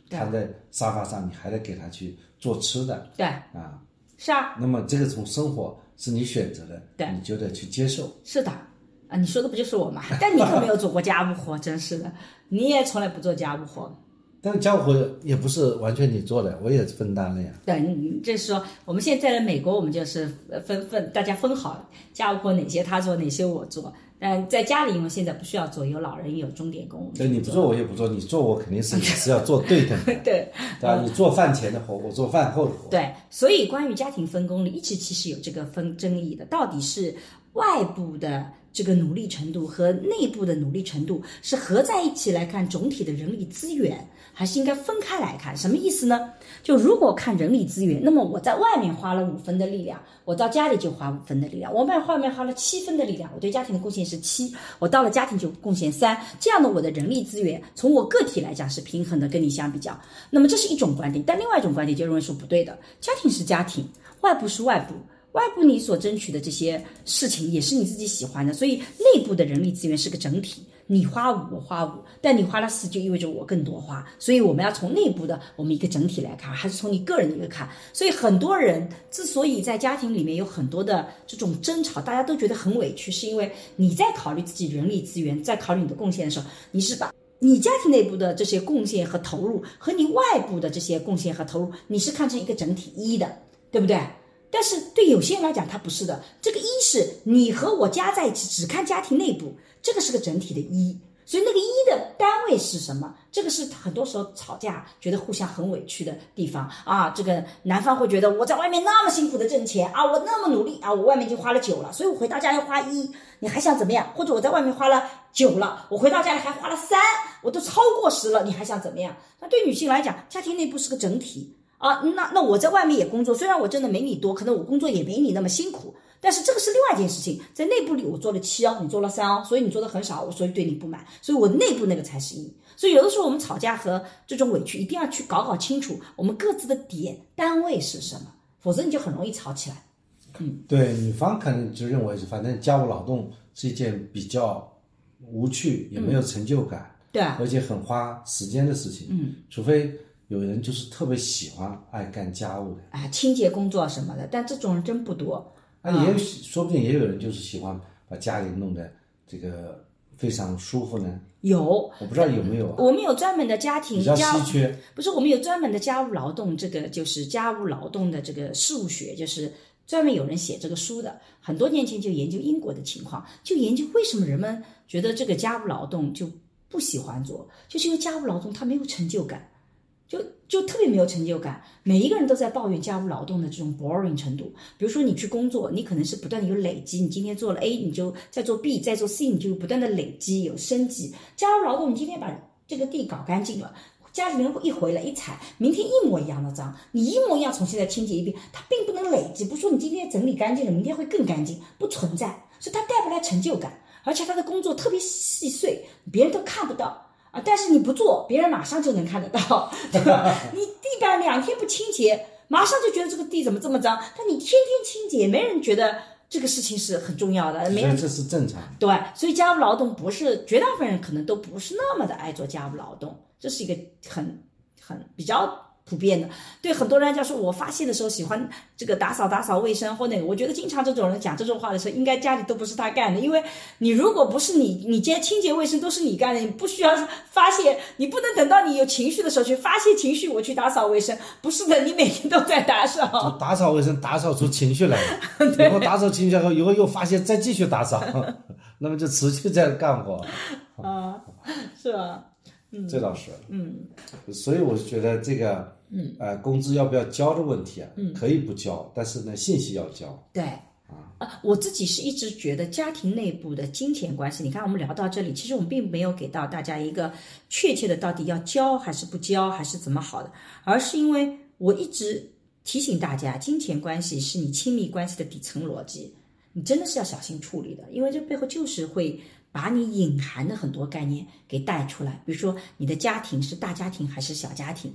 瘫在沙发上，你还得给他去做吃的， 对啊， 是啊， 那么这个从生活是你选择的， 对， 你就得去接受。 是的，啊，你说的不就是我吗？但你可没有做过家务活，真是的，你也从来不做家务活。 但是家务活也不是完全你做的，我也分担了呀。 对，你这是说我们现在在美国，我们就是分分大家分好家务活，哪些他做，哪些我做。但在家里，因为现在不需要做，有老人有钟点工。 对，你不做我也不做，你做我肯定是也是要做对等的。 对， 对吧？你做饭前的活，我做饭后的活。 对，所以关于家庭分工里，一直其实有这个分争议的，到底是外部的这个努力程度和内部的努力程度是合在一起来看总体的人力资源，还是应该分开来看？什么意思呢？就如果看人力资源，那么我在外面花了五分的力量，我到家里就花五分的力量；我在外面花了七分的力量，我对家庭的贡献是七，我到了家庭就贡献三。这样的我的人力资源，从我个体来讲是平衡的，跟你相比较。那么这是一种观点，但另外一种观点就认为说不对的，家庭是家庭，外部是外部。外部你所争取的这些事情也是你自己喜欢的，所以内部的人力资源是个整体，你花五我花五，但你花了四就意味着我更多花，所以我们要从内部的我们一个整体来看，还是从你个人的一个看。所以很多人之所以在家庭里面有很多的这种争吵，大家都觉得很委屈，是因为你在考虑自己人力资源，在考虑你的贡献的时候，你是把你家庭内部的这些贡献和投入和你外部的这些贡献和投入，你是看成一个整体一的，对不对？但是对有些人来讲，它不是的。这个一是你和我加在一起，只看家庭内部，这个是个整体的一。所以那个一的单位是什么？这个是很多时候吵架觉得互相很委屈的地方啊。这个男方会觉得我在外面那么辛苦的挣钱啊，我那么努力啊，我外面已经花了九了，所以我回到家要花一，你还想怎么样？或者我在外面花了九了，我回到家里还花了三，我都超过十了，你还想怎么样？那对女性来讲，家庭内部是个整体。啊，那那我在外面也工作，虽然我挣的没你多，可能我工作也没你那么辛苦，但是这个是另外一件事情。在内部里我做了七哦，你做了三哦，所以你做的很少，我所以对你不满，所以我内部那个才是一。所以有的时候我们吵架和这种委屈一定要去搞搞清楚，我们各自的点单位是什么，否则你就很容易吵起来。嗯， 对，女方可能就认为是反正家务劳动是一件比较无趣，也没有成就感， 嗯、对、啊， 而且很花时间的事情。 嗯， 除非有人就是特别喜欢爱干家务的， 啊，清洁工作什么的，但这种人真不多。 那、啊、也有，说不定也有人就是喜欢把家里弄得这个非常舒服呢。 有， 我不知道有没有、啊。 我们有专门的家庭比较稀缺， 不是我们有专门的家务劳动，这个就是家务劳动的这个事务学，就是专门有人写这个书的。很多年前就研究英国的情况，就研究为什么人们觉得这个家务劳动就不喜欢做，就是因为家务劳动它没有成就感。就就特别没有成就感，每一个人都在抱怨家务劳动的这种 boring 程度。比如说你去工作，你可能是不断的有累积，你今天做了 A， 你就再做 B， 再做 C， 你就不断的累积有升级。家务劳动，你今天把这个地搞干净了，家里人一回来一踩，明天一模一样的脏，你一模一样重新再清洁一遍，它并不能累积。不是说你今天整理干净了，明天会更干净，不存在，所以它带不来成就感，而且他的工作特别细碎，别人都看不到。啊，但是你不做，别人马上就能看得到，对吧？你地板两天不清洁，马上就觉得这个地怎么这么脏。但你天天清洁，没人觉得这个事情是很重要的，没人， 这是正常。 对，所以家务劳动不是绝大部分人可能都不是那么的爱做家务劳动，这是一个很很比较普遍的。对很多人来讲说，我发现的时候喜欢这个打扫打扫卫生或那个，我觉得经常这种人讲这种话的时候，应该家里都不是他干的，因为你如果不是你，你接清洁卫生都是你干的，你不需要发泄，你不能等到你有情绪的时候去发泄情绪，我去打扫卫生，不是的，你每天都在打扫。 就打扫卫生，打扫出情绪来了，以后打扫情绪后，以后又发现再继续打扫，那么就持续在干活。 啊，是吧？嗯， 这倒是。 嗯， 所以我是觉得这个。嗯，呃，工资要不要交的问题啊，嗯，可以不交，但是呢，信息要交。 对，啊，我自己是一直觉得家庭内部的金钱关系，你看我们聊到这里，其实我们并没有给到大家一个确切的到底要交还是不交还是怎么好的，而是因为我一直提醒大家，金钱关系是你亲密关系的底层逻辑，你真的是要小心处理的，因为这背后就是会把你隐含的很多概念给带出来，比如说你的家庭是大家庭还是小家庭。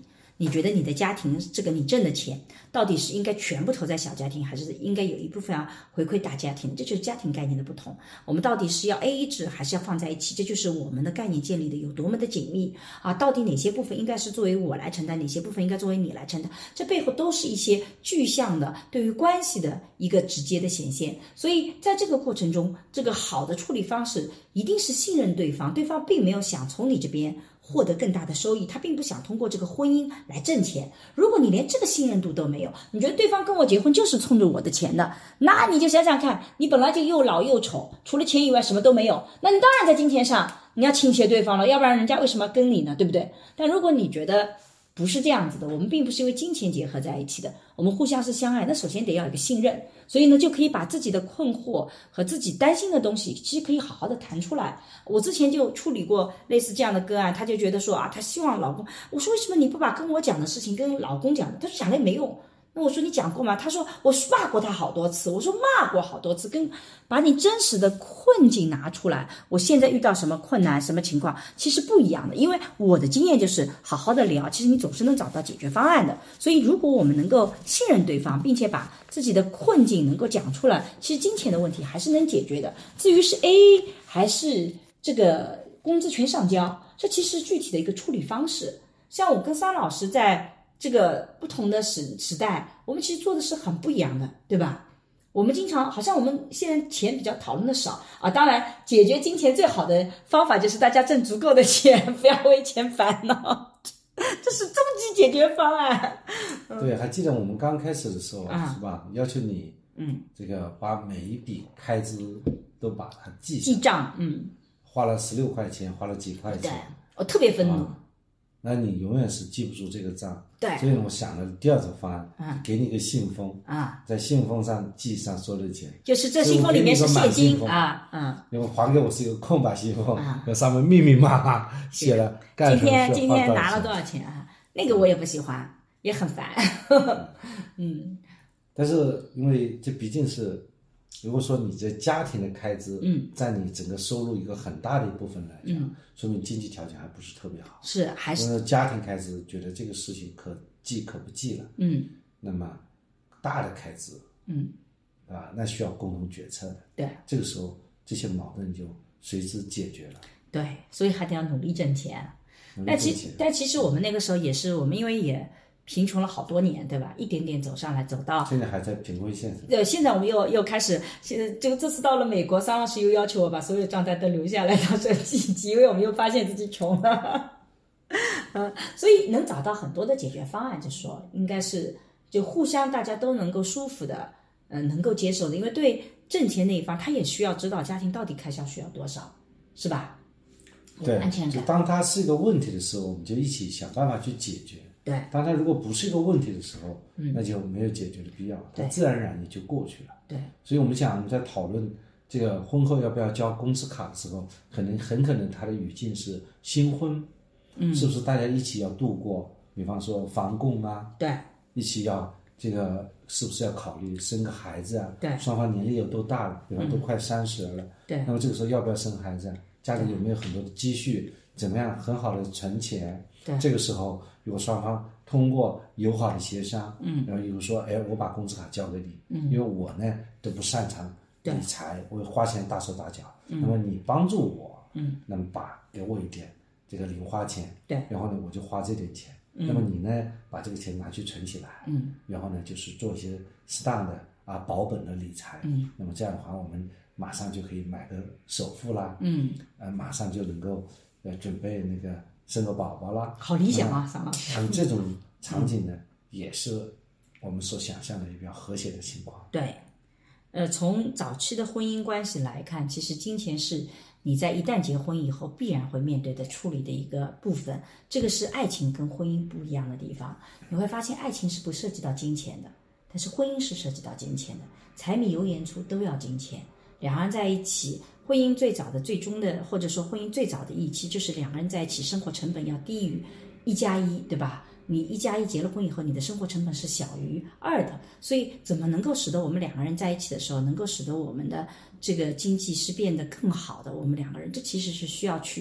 你觉得你的家庭这个你挣的钱到底是应该全部投在小家庭，还是应该有一部分要回馈大家庭？这就是家庭概念的不同。我们到底是要 A A 制还是要放在一起？这就是我们的概念建立的有多么的紧密啊！到底哪些部分应该是作为我来承担，哪些部分应该作为你来承担？这背后都是一些具象的对于关系的一个直接的显现。所以在这个过程中，这个好的处理方式一定是信任对方，对方并没有想从你这边获得更大的收益，他并不想通过这个婚姻来挣钱。如果你连这个信任度都没有，你觉得对方跟我结婚就是冲着我的钱的，那你就想想看，你本来就又老又丑，除了钱以外什么都没有，那你当然在金钱上你要倾斜对方了，要不然人家为什么要跟你呢，对不对？但如果你觉得不是这样子的，我们并不是因为金钱结合在一起的，我们互相是相爱，那首先得要有一个信任，所以呢就可以把自己的困惑和自己担心的东西其实可以好好的谈出来。我之前就处理过类似这样的个案，他就觉得说啊，他希望老公，我说为什么你不把跟我讲的事情跟老公讲？他说讲了也没用。那我说你讲过吗？他说我骂过他好多次。我说骂过好多次，跟把你真实的困境拿出来，我现在遇到什么困难什么情况其实不一样的。因为我的经验就是好好的聊，其实你总是能找到解决方案的。所以如果我们能够信任对方，并且把自己的困境能够讲出来，其实金钱的问题还是能解决的。至于是 A A 还是这个工资全上交，这其实是具体的一个处理方式。像我跟桑老师在这个不同的时时代，我们其实做的是很不一样的，对吧？我们经常好像我们现在钱比较讨论的少啊，当然解决金钱最好的方法就是大家挣足够的钱，不要为钱烦恼，这是终极解决方案。 对，还记得我们刚开始的时候、 啊、 是吧？要求你嗯， 这个把每一笔开支都把它记记账，嗯， 花了十六块钱，花了几块钱， 对，我特别愤怒。 啊那你永远是记不住这个账， 对， 所以我想了第二种方案， 嗯， 给你一个信封啊， 在信封上记上所有的钱， 就是这信封里面是现金啊， 嗯，因为还给我是一个空白信封， 啊， 上面密密麻麻写了干今天今天拿了多少钱啊？那个我也不喜欢，也很烦，嗯， 但是因为这毕竟是。如果说你这家庭的开支， 嗯， 占你整个收入一个很大的一部分来讲， 嗯， 说明经济条件还不是特别好， 是还是家庭开支觉得这个事情可记可不记了， 嗯， 那么大的开支， 嗯， 啊，那需要共同决策的， 对， 这个时候这些矛盾就随之解决了， 对，所以还得要努力挣钱。但其但其实我们那个时候也是，我们因为也贫穷了好多年，对吧？一点点走上来，走到现在还在贫困线上。 对，现在我们又又开始，现在这个这次到了美国，桑老师又要求我把所有账单都留下来当成记记，因为我们又发现自己穷了。嗯，所以能找到很多的解决方案，就是说应该是就互相大家都能够舒服的，嗯、呃，能够接受的。因为对挣钱那一方，他也需要知道家庭到底开销需要多少，是吧？ 对， 安全感。 就当它是一个问题的时候，我们就一起想办法去解决。 对， 当它如果不是一个问题的时候， 嗯， 那就没有解决的必要， 对， 它自然而然也就过去了。 对， 所以我们想我们在讨论这个婚后要不要交工资卡的时候，可能很可能它的语境是新婚， 嗯， 是不是大家一起要度过？比方说房供啊， 对， 一起要这个是不是要考虑生个孩子啊？ 对， 双方年龄有多大了？比方都快三十了， 对， 那么这个时候要不要生孩子啊？家里有没有很多的积蓄？怎么样很好的存钱？ 对， 这个时候如果双方通过友好的协商， 嗯， 然后比如说，哎，我把工资卡交给你， 嗯， 因为我呢都不擅长理财，我花钱大手大脚， 嗯， 那么你帮助我， 嗯， 那么把给我一点这个零花钱， 对， 然后呢我就花这点钱， 嗯， 那么你呢把这个钱拿去存起来， 嗯， 然后呢就是做一些适当的啊保本的理财， 嗯， 那么这样的话我们马上就可以买个首付啦， 嗯， 呃马上就能够呃准备那个生个宝宝啦， 好理想啊，桑老师。 像这种场景呢，也是我们所想象的比较和谐的情况。 对，呃，从早期的婚姻关系来看，其实金钱是你在一旦结婚以后必然会面对的处理的一个部分。这个是爱情跟婚姻不一样的地方。你会发现，爱情是不涉及到金钱的，但是婚姻是涉及到金钱的，柴米油盐醋都要金钱。两人在一起，婚姻最早的、最终的，或者说婚姻最早的预期，就是两个人在一起，生活成本要低于一加一，对吧？你一加一结了婚以后，你的生活成本是小于二的，所以怎么能够使得我们两个人在一起的时候，能够使得我们的这个经济是变得更好的？我们两个人，这其实是需要去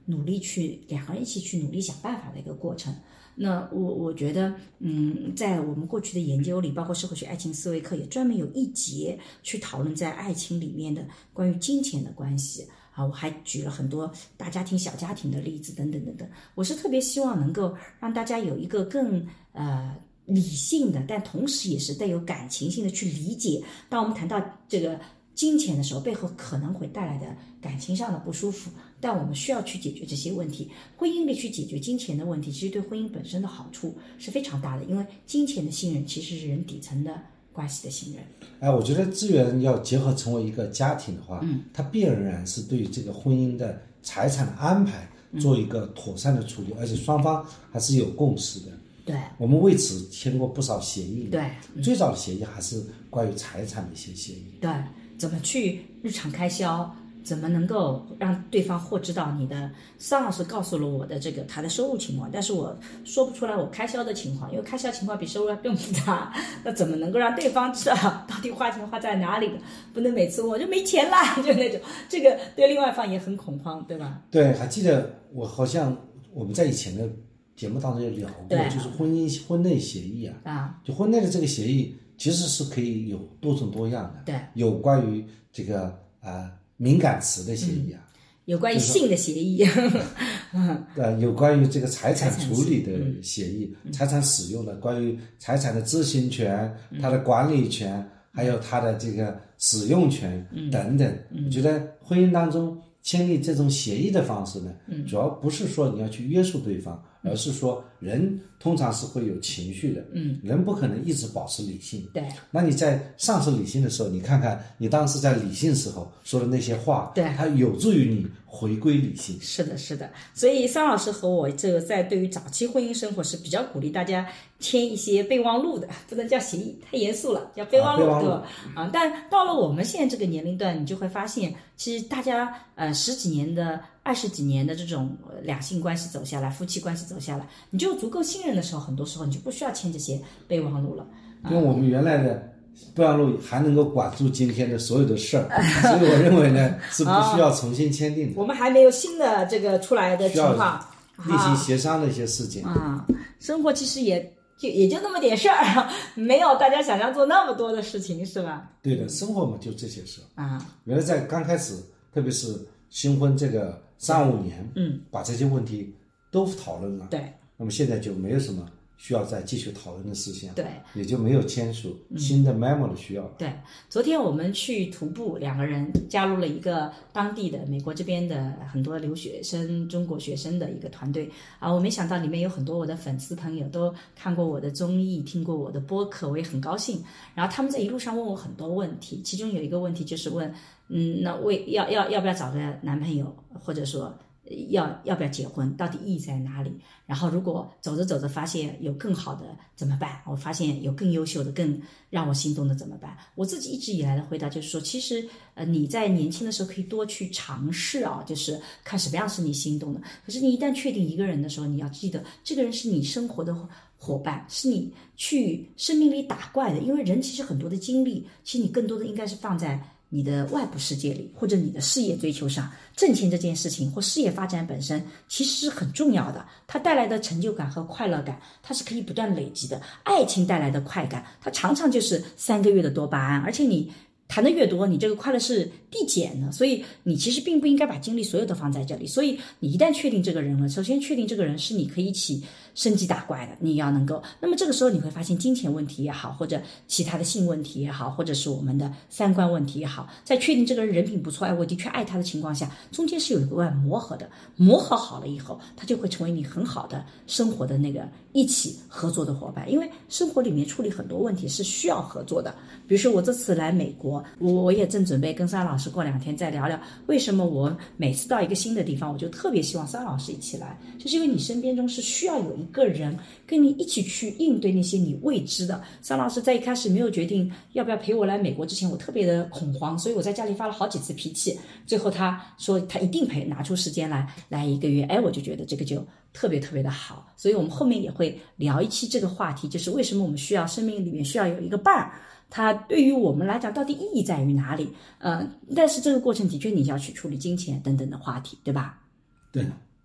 努力去两个人一起去努力想办法的一个过程。那我我觉得，嗯，在我们过去的研究里，包括社会学爱情思维课也专门有一节去讨论在爱情里面的关于金钱的关系啊，我还举了很多大家庭、小家庭的例子等等等等。我是特别希望能够让大家有一个更呃理性的，但同时也是带有感情性的去理解，当我们谈到这个金钱的时候，背后可能会带来的感情上的不舒服，但我们需要去解决这些问题。婚姻里去解决金钱的问题，其实对婚姻本身的好处是非常大的，因为金钱的信任其实是人底层的关系的信任。 哎，我觉得资源要结合成为一个家庭的话，嗯，它必然是对于这个婚姻的财产的安排做一个妥善的处理，嗯、而且双方还是有共识的。 对， 我们为此签过不少协议。 对，嗯、 最早的协议还是关于财产的一些协议。 对。怎么去日常开销，怎么能够让对方获知到你的。桑老师告诉了我的这个他的收入情况，但是我说不出来我开销的情况，因为开销情况比收入更复杂。那怎么能够让对方知道到底花钱花在哪里的？不能每次我就没钱啦，就那种，这个对另外一方也很恐慌，对吧？ 对，还记得我好像我们在以前的节目当中也聊过，就是婚姻婚内协议啊，啊，就婚内的这个协议。其实是可以有多种多样的， 对， 有关于这个呃敏感词的协议啊， 嗯、有关于性的协议， 呃，有关于这个财产处理的协议，财产, 嗯、财产使用的，关于财产的知情权、嗯、它的管理权，还有它的这个使用权、嗯、等等。嗯、我觉得婚姻当中签订这种协议的方式呢，嗯、主要不是说你要去约束对方。而是说人通常是会有情绪的，嗯，人不可能一直保持理性， 对。 那你在丧失理性的时候，你看看你当时在理性时候说的那些话， 对， 它有助于你回归理性。 是的，是的。所以桑老师和我这个在对于早期婚姻生活是比较鼓励大家签一些备忘录的，不能叫协议，太严肃了，叫备忘录， 啊、 对吧？啊，但到了我们现在这个年龄段，你就会发现，其实大家呃十几年的。二十几年的这种两性关系走下来，夫妻关系走下来，你就足够信任的时候，很多时候你就不需要签这些备忘录了。 因为我们原来的备忘录还能够管住今天的所有的事儿，所以我认为呢是不需要重新签订的。 我们还没有新的这个出来的情况， 例行协商的一些事情啊、嗯，生活其实也就也就那么点事儿，没有大家想象做那么多的事情，是吧？ 对的，生活嘛就这些事啊、嗯。 原来在刚开始，特别是新婚这个三五年， 嗯， 把这些问题都讨论了， 对， 那么现在就没有什么需要再继续讨论的事项， 对， 也就没有签署新的 memo 的需要了。 对，昨天我们去徒步，两个人加入了一个当地的美国这边的很多留学生、中国学生的一个团队啊，我没想到里面有很多我的粉丝朋友都看过我的综艺，听过我的播客，我也很高兴。然后他们在一路上问我很多问题，其中有一个问题就是问，嗯，那为要要要不要找个男朋友，或者说要要不要结婚，到底意义在哪里？然后如果走着走着发现有更好的怎么办？我发现有更优秀的、更让我心动的怎么办？我自己一直以来的回答就是说，其实呃你在年轻的时候可以多去尝试啊，就是看什么样是你心动的。可是你一旦确定一个人的时候，你要记得这个人是你生活的伙伴，是你去生命里打怪的。因为人其实很多的精力，其实你更多的应该是放在你的外部世界里，或者你的事业追求上。挣钱这件事情或事业发展本身其实是很重要的，它带来的成就感和快乐感它是可以不断累积的。爱情带来的快感它常常就是三个月的多巴胺，而且你谈的越多，你这个快乐是递减的，所以你其实并不应该把精力所有都放在这里。所以你一旦确定这个人了，首先确定这个人是你可以一起升级打怪的，你要能够，那么这个时候你会发现金钱问题也好，或者其他的性问题也好，或者是我们的三观问题也好，在确定这个人人品不错，哎，我的确爱他的情况下，中间是有一段磨合的，磨合好了以后，他就会成为你很好的生活的那个一起合作的伙伴。因为生活里面处理很多问题是需要合作的，比如说我这次来美国，我我也正准备跟桑老师过两天再聊聊为什么我每次到一个新的地方，我就特别希望桑老师一起来，就是因为你身边中是需要有一个人跟你一起去应对那些你未知的。桑老师在一开始没有决定要不要陪我来美国之前，我特别的恐慌，所以我在家里发了好几次脾气，最后他说他一定陪，拿出时间来来一个月，哎，我就觉得这个就特别特别的好。所以我们后面也会聊一期这个话题，就是为什么我们需要生命里面需要有一个伴儿，它对于我们来讲到底意义在于哪里？呃，但是这个过程的确你要去处理金钱等等的话题，对吧？ 对，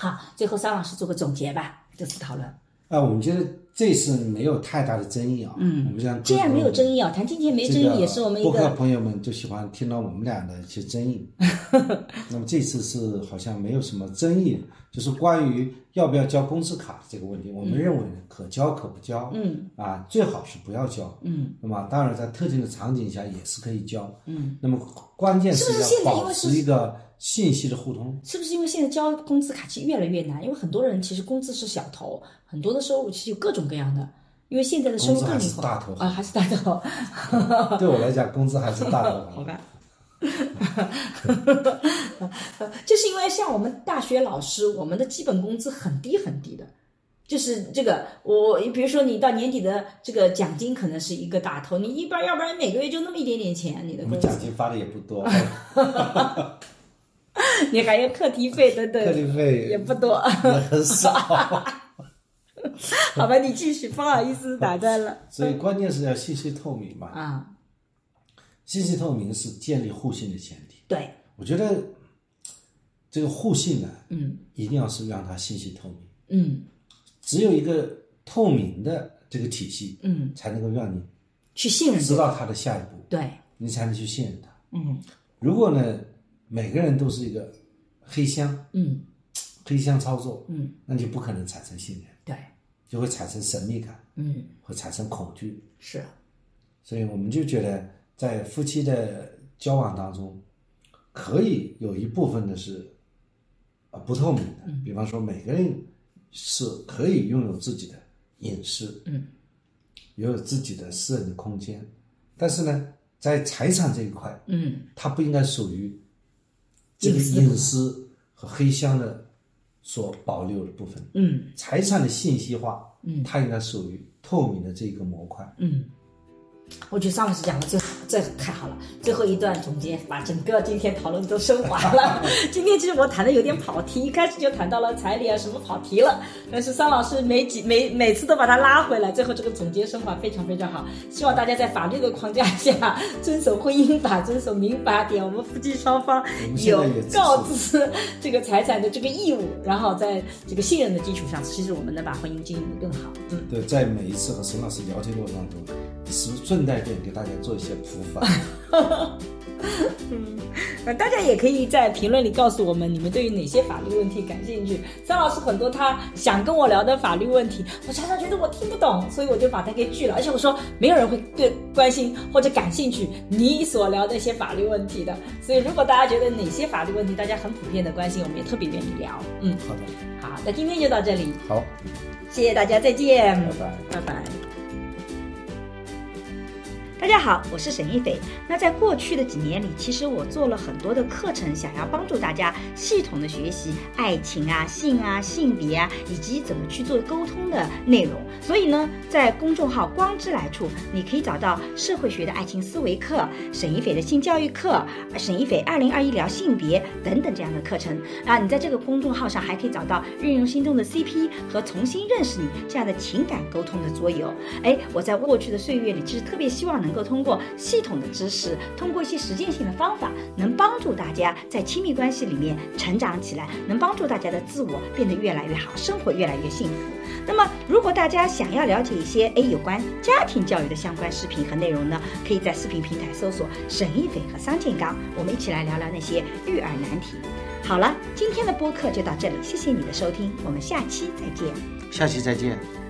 好，最后桑老师做个总结吧，这次讨论。 啊，我们觉得这次没有太大的争议啊。 嗯， 我们讲这样没有争议啊，谈金钱没争议也是我们一个。 播客朋友们就喜欢听到我们俩的一些争议。那么这次是好像没有什么争议，就是关于要不要交工资卡这个问题，我们认为可交可不交。嗯，啊，最好是不要交。嗯，那么当然在特定的场景下也是可以交。嗯，那么关键是要保持一个信息的互通。 是不是因为现在交工资卡其实越来越难？因为很多人其实工资是小头，很多的收入其实有各种各样的。因为现在的收入更灵活啊，还是大头。 对我来讲，工资还是大头。 好吧。就是因为像我们大学老师，我们的基本工资很低很低的，就是这个我比如说你到年底的这个奖金可能是一个大头，你一般要不然每个月就那么一点点钱，你的工资。 我们奖金发的也不多。 你还有课题费等等， 课题费也不多， 也很少。 好吧，你继续，不好意思打断了。 所以关键是要信息透明嘛。 啊， 信息透明是建立互信的前提。 对， 我觉得这个互信呢， 嗯， 一定要是让它信息透明。 嗯， 只有一个透明的这个体系， 嗯， 才能够让你去信任， 知道它的下一步。 对， 你才能去信任它。 嗯， 如果呢，每个人都是一个黑箱， 嗯， 黑箱操作， 嗯， 那就不可能产生信任。 对， 就会产生神秘感， 嗯， 会产生恐惧。 是， 所以我们就觉得在夫妻的交往当中，可以有一部分的是啊不透明的， 嗯， 比方说每个人是可以拥有自己的隐私， 嗯， 拥有自己的私人的空间，但是呢，在财产这一块， 嗯， 它不应该属于这个隐私和黑箱的所保留的部分。 嗯， 财产的信息化， 嗯， 它应该属于透明的这个模块。 嗯，我觉得张老师讲的这这太好了，最后一段总结把整个今天讨论都升华了。今天其实我谈的有点跑题，一开始就谈到了彩礼啊什么跑题了，但是桑老师每几每每次都把它拉回来，最后这个总结升华非常非常好。希望大家在法律的框架下遵守婚姻法，遵守民法典，我们夫妻双方有告知这个财产的这个义务，然后在这个信任的基础上，其实我们能把婚姻经营得更好。嗯， 对，在每一次和沈老师聊天过程当中，是顺带点给大家做一些普法。 嗯，大家也可以在评论里告诉我们，你们对于哪些法律问题感兴趣。张老师很多他想跟我聊的法律问题，我常常觉得我听不懂，所以我就把它给拒了。而且我说没有人会对关心或者感兴趣你所聊的一些法律问题的。所以如果大家觉得哪些法律问题大家很普遍的关心，我们也特别愿意聊。嗯， 好的， 好，那今天就到这里。 好， 谢谢大家，再见， 拜拜， 拜拜。大家好，我是沈一斐。那在过去的几年里，其实我做了很多的课程，想要帮助大家系统的学习爱情啊、性啊、性别啊，以及怎么去做沟通的内容。所以呢，在公众号光之来处，你可以找到社会学的爱情思维课、沈一斐的性教育课、沈一斐二零二一聊性别等等这样的课程啊。你在这个公众号上还可以找到运用心动的 C P 和重新认识你这样的情感沟通的桌游。哎，我在过去的岁月里，其实特别希望能能够通过系统的知识，通过一些实践性的方法，能帮助大家在亲密关系里面成长起来，能帮助大家的自我变得越来越好，生活越来越幸福。那么如果大家想要了解一些诶有关家庭教育的相关视频和内容呢，可以在视频平台搜索沈一斐和桑建刚，我们一起来聊聊那些育儿难题。好了，今天的播客就到这里，谢谢你的收听，我们下期再见。 下期再见。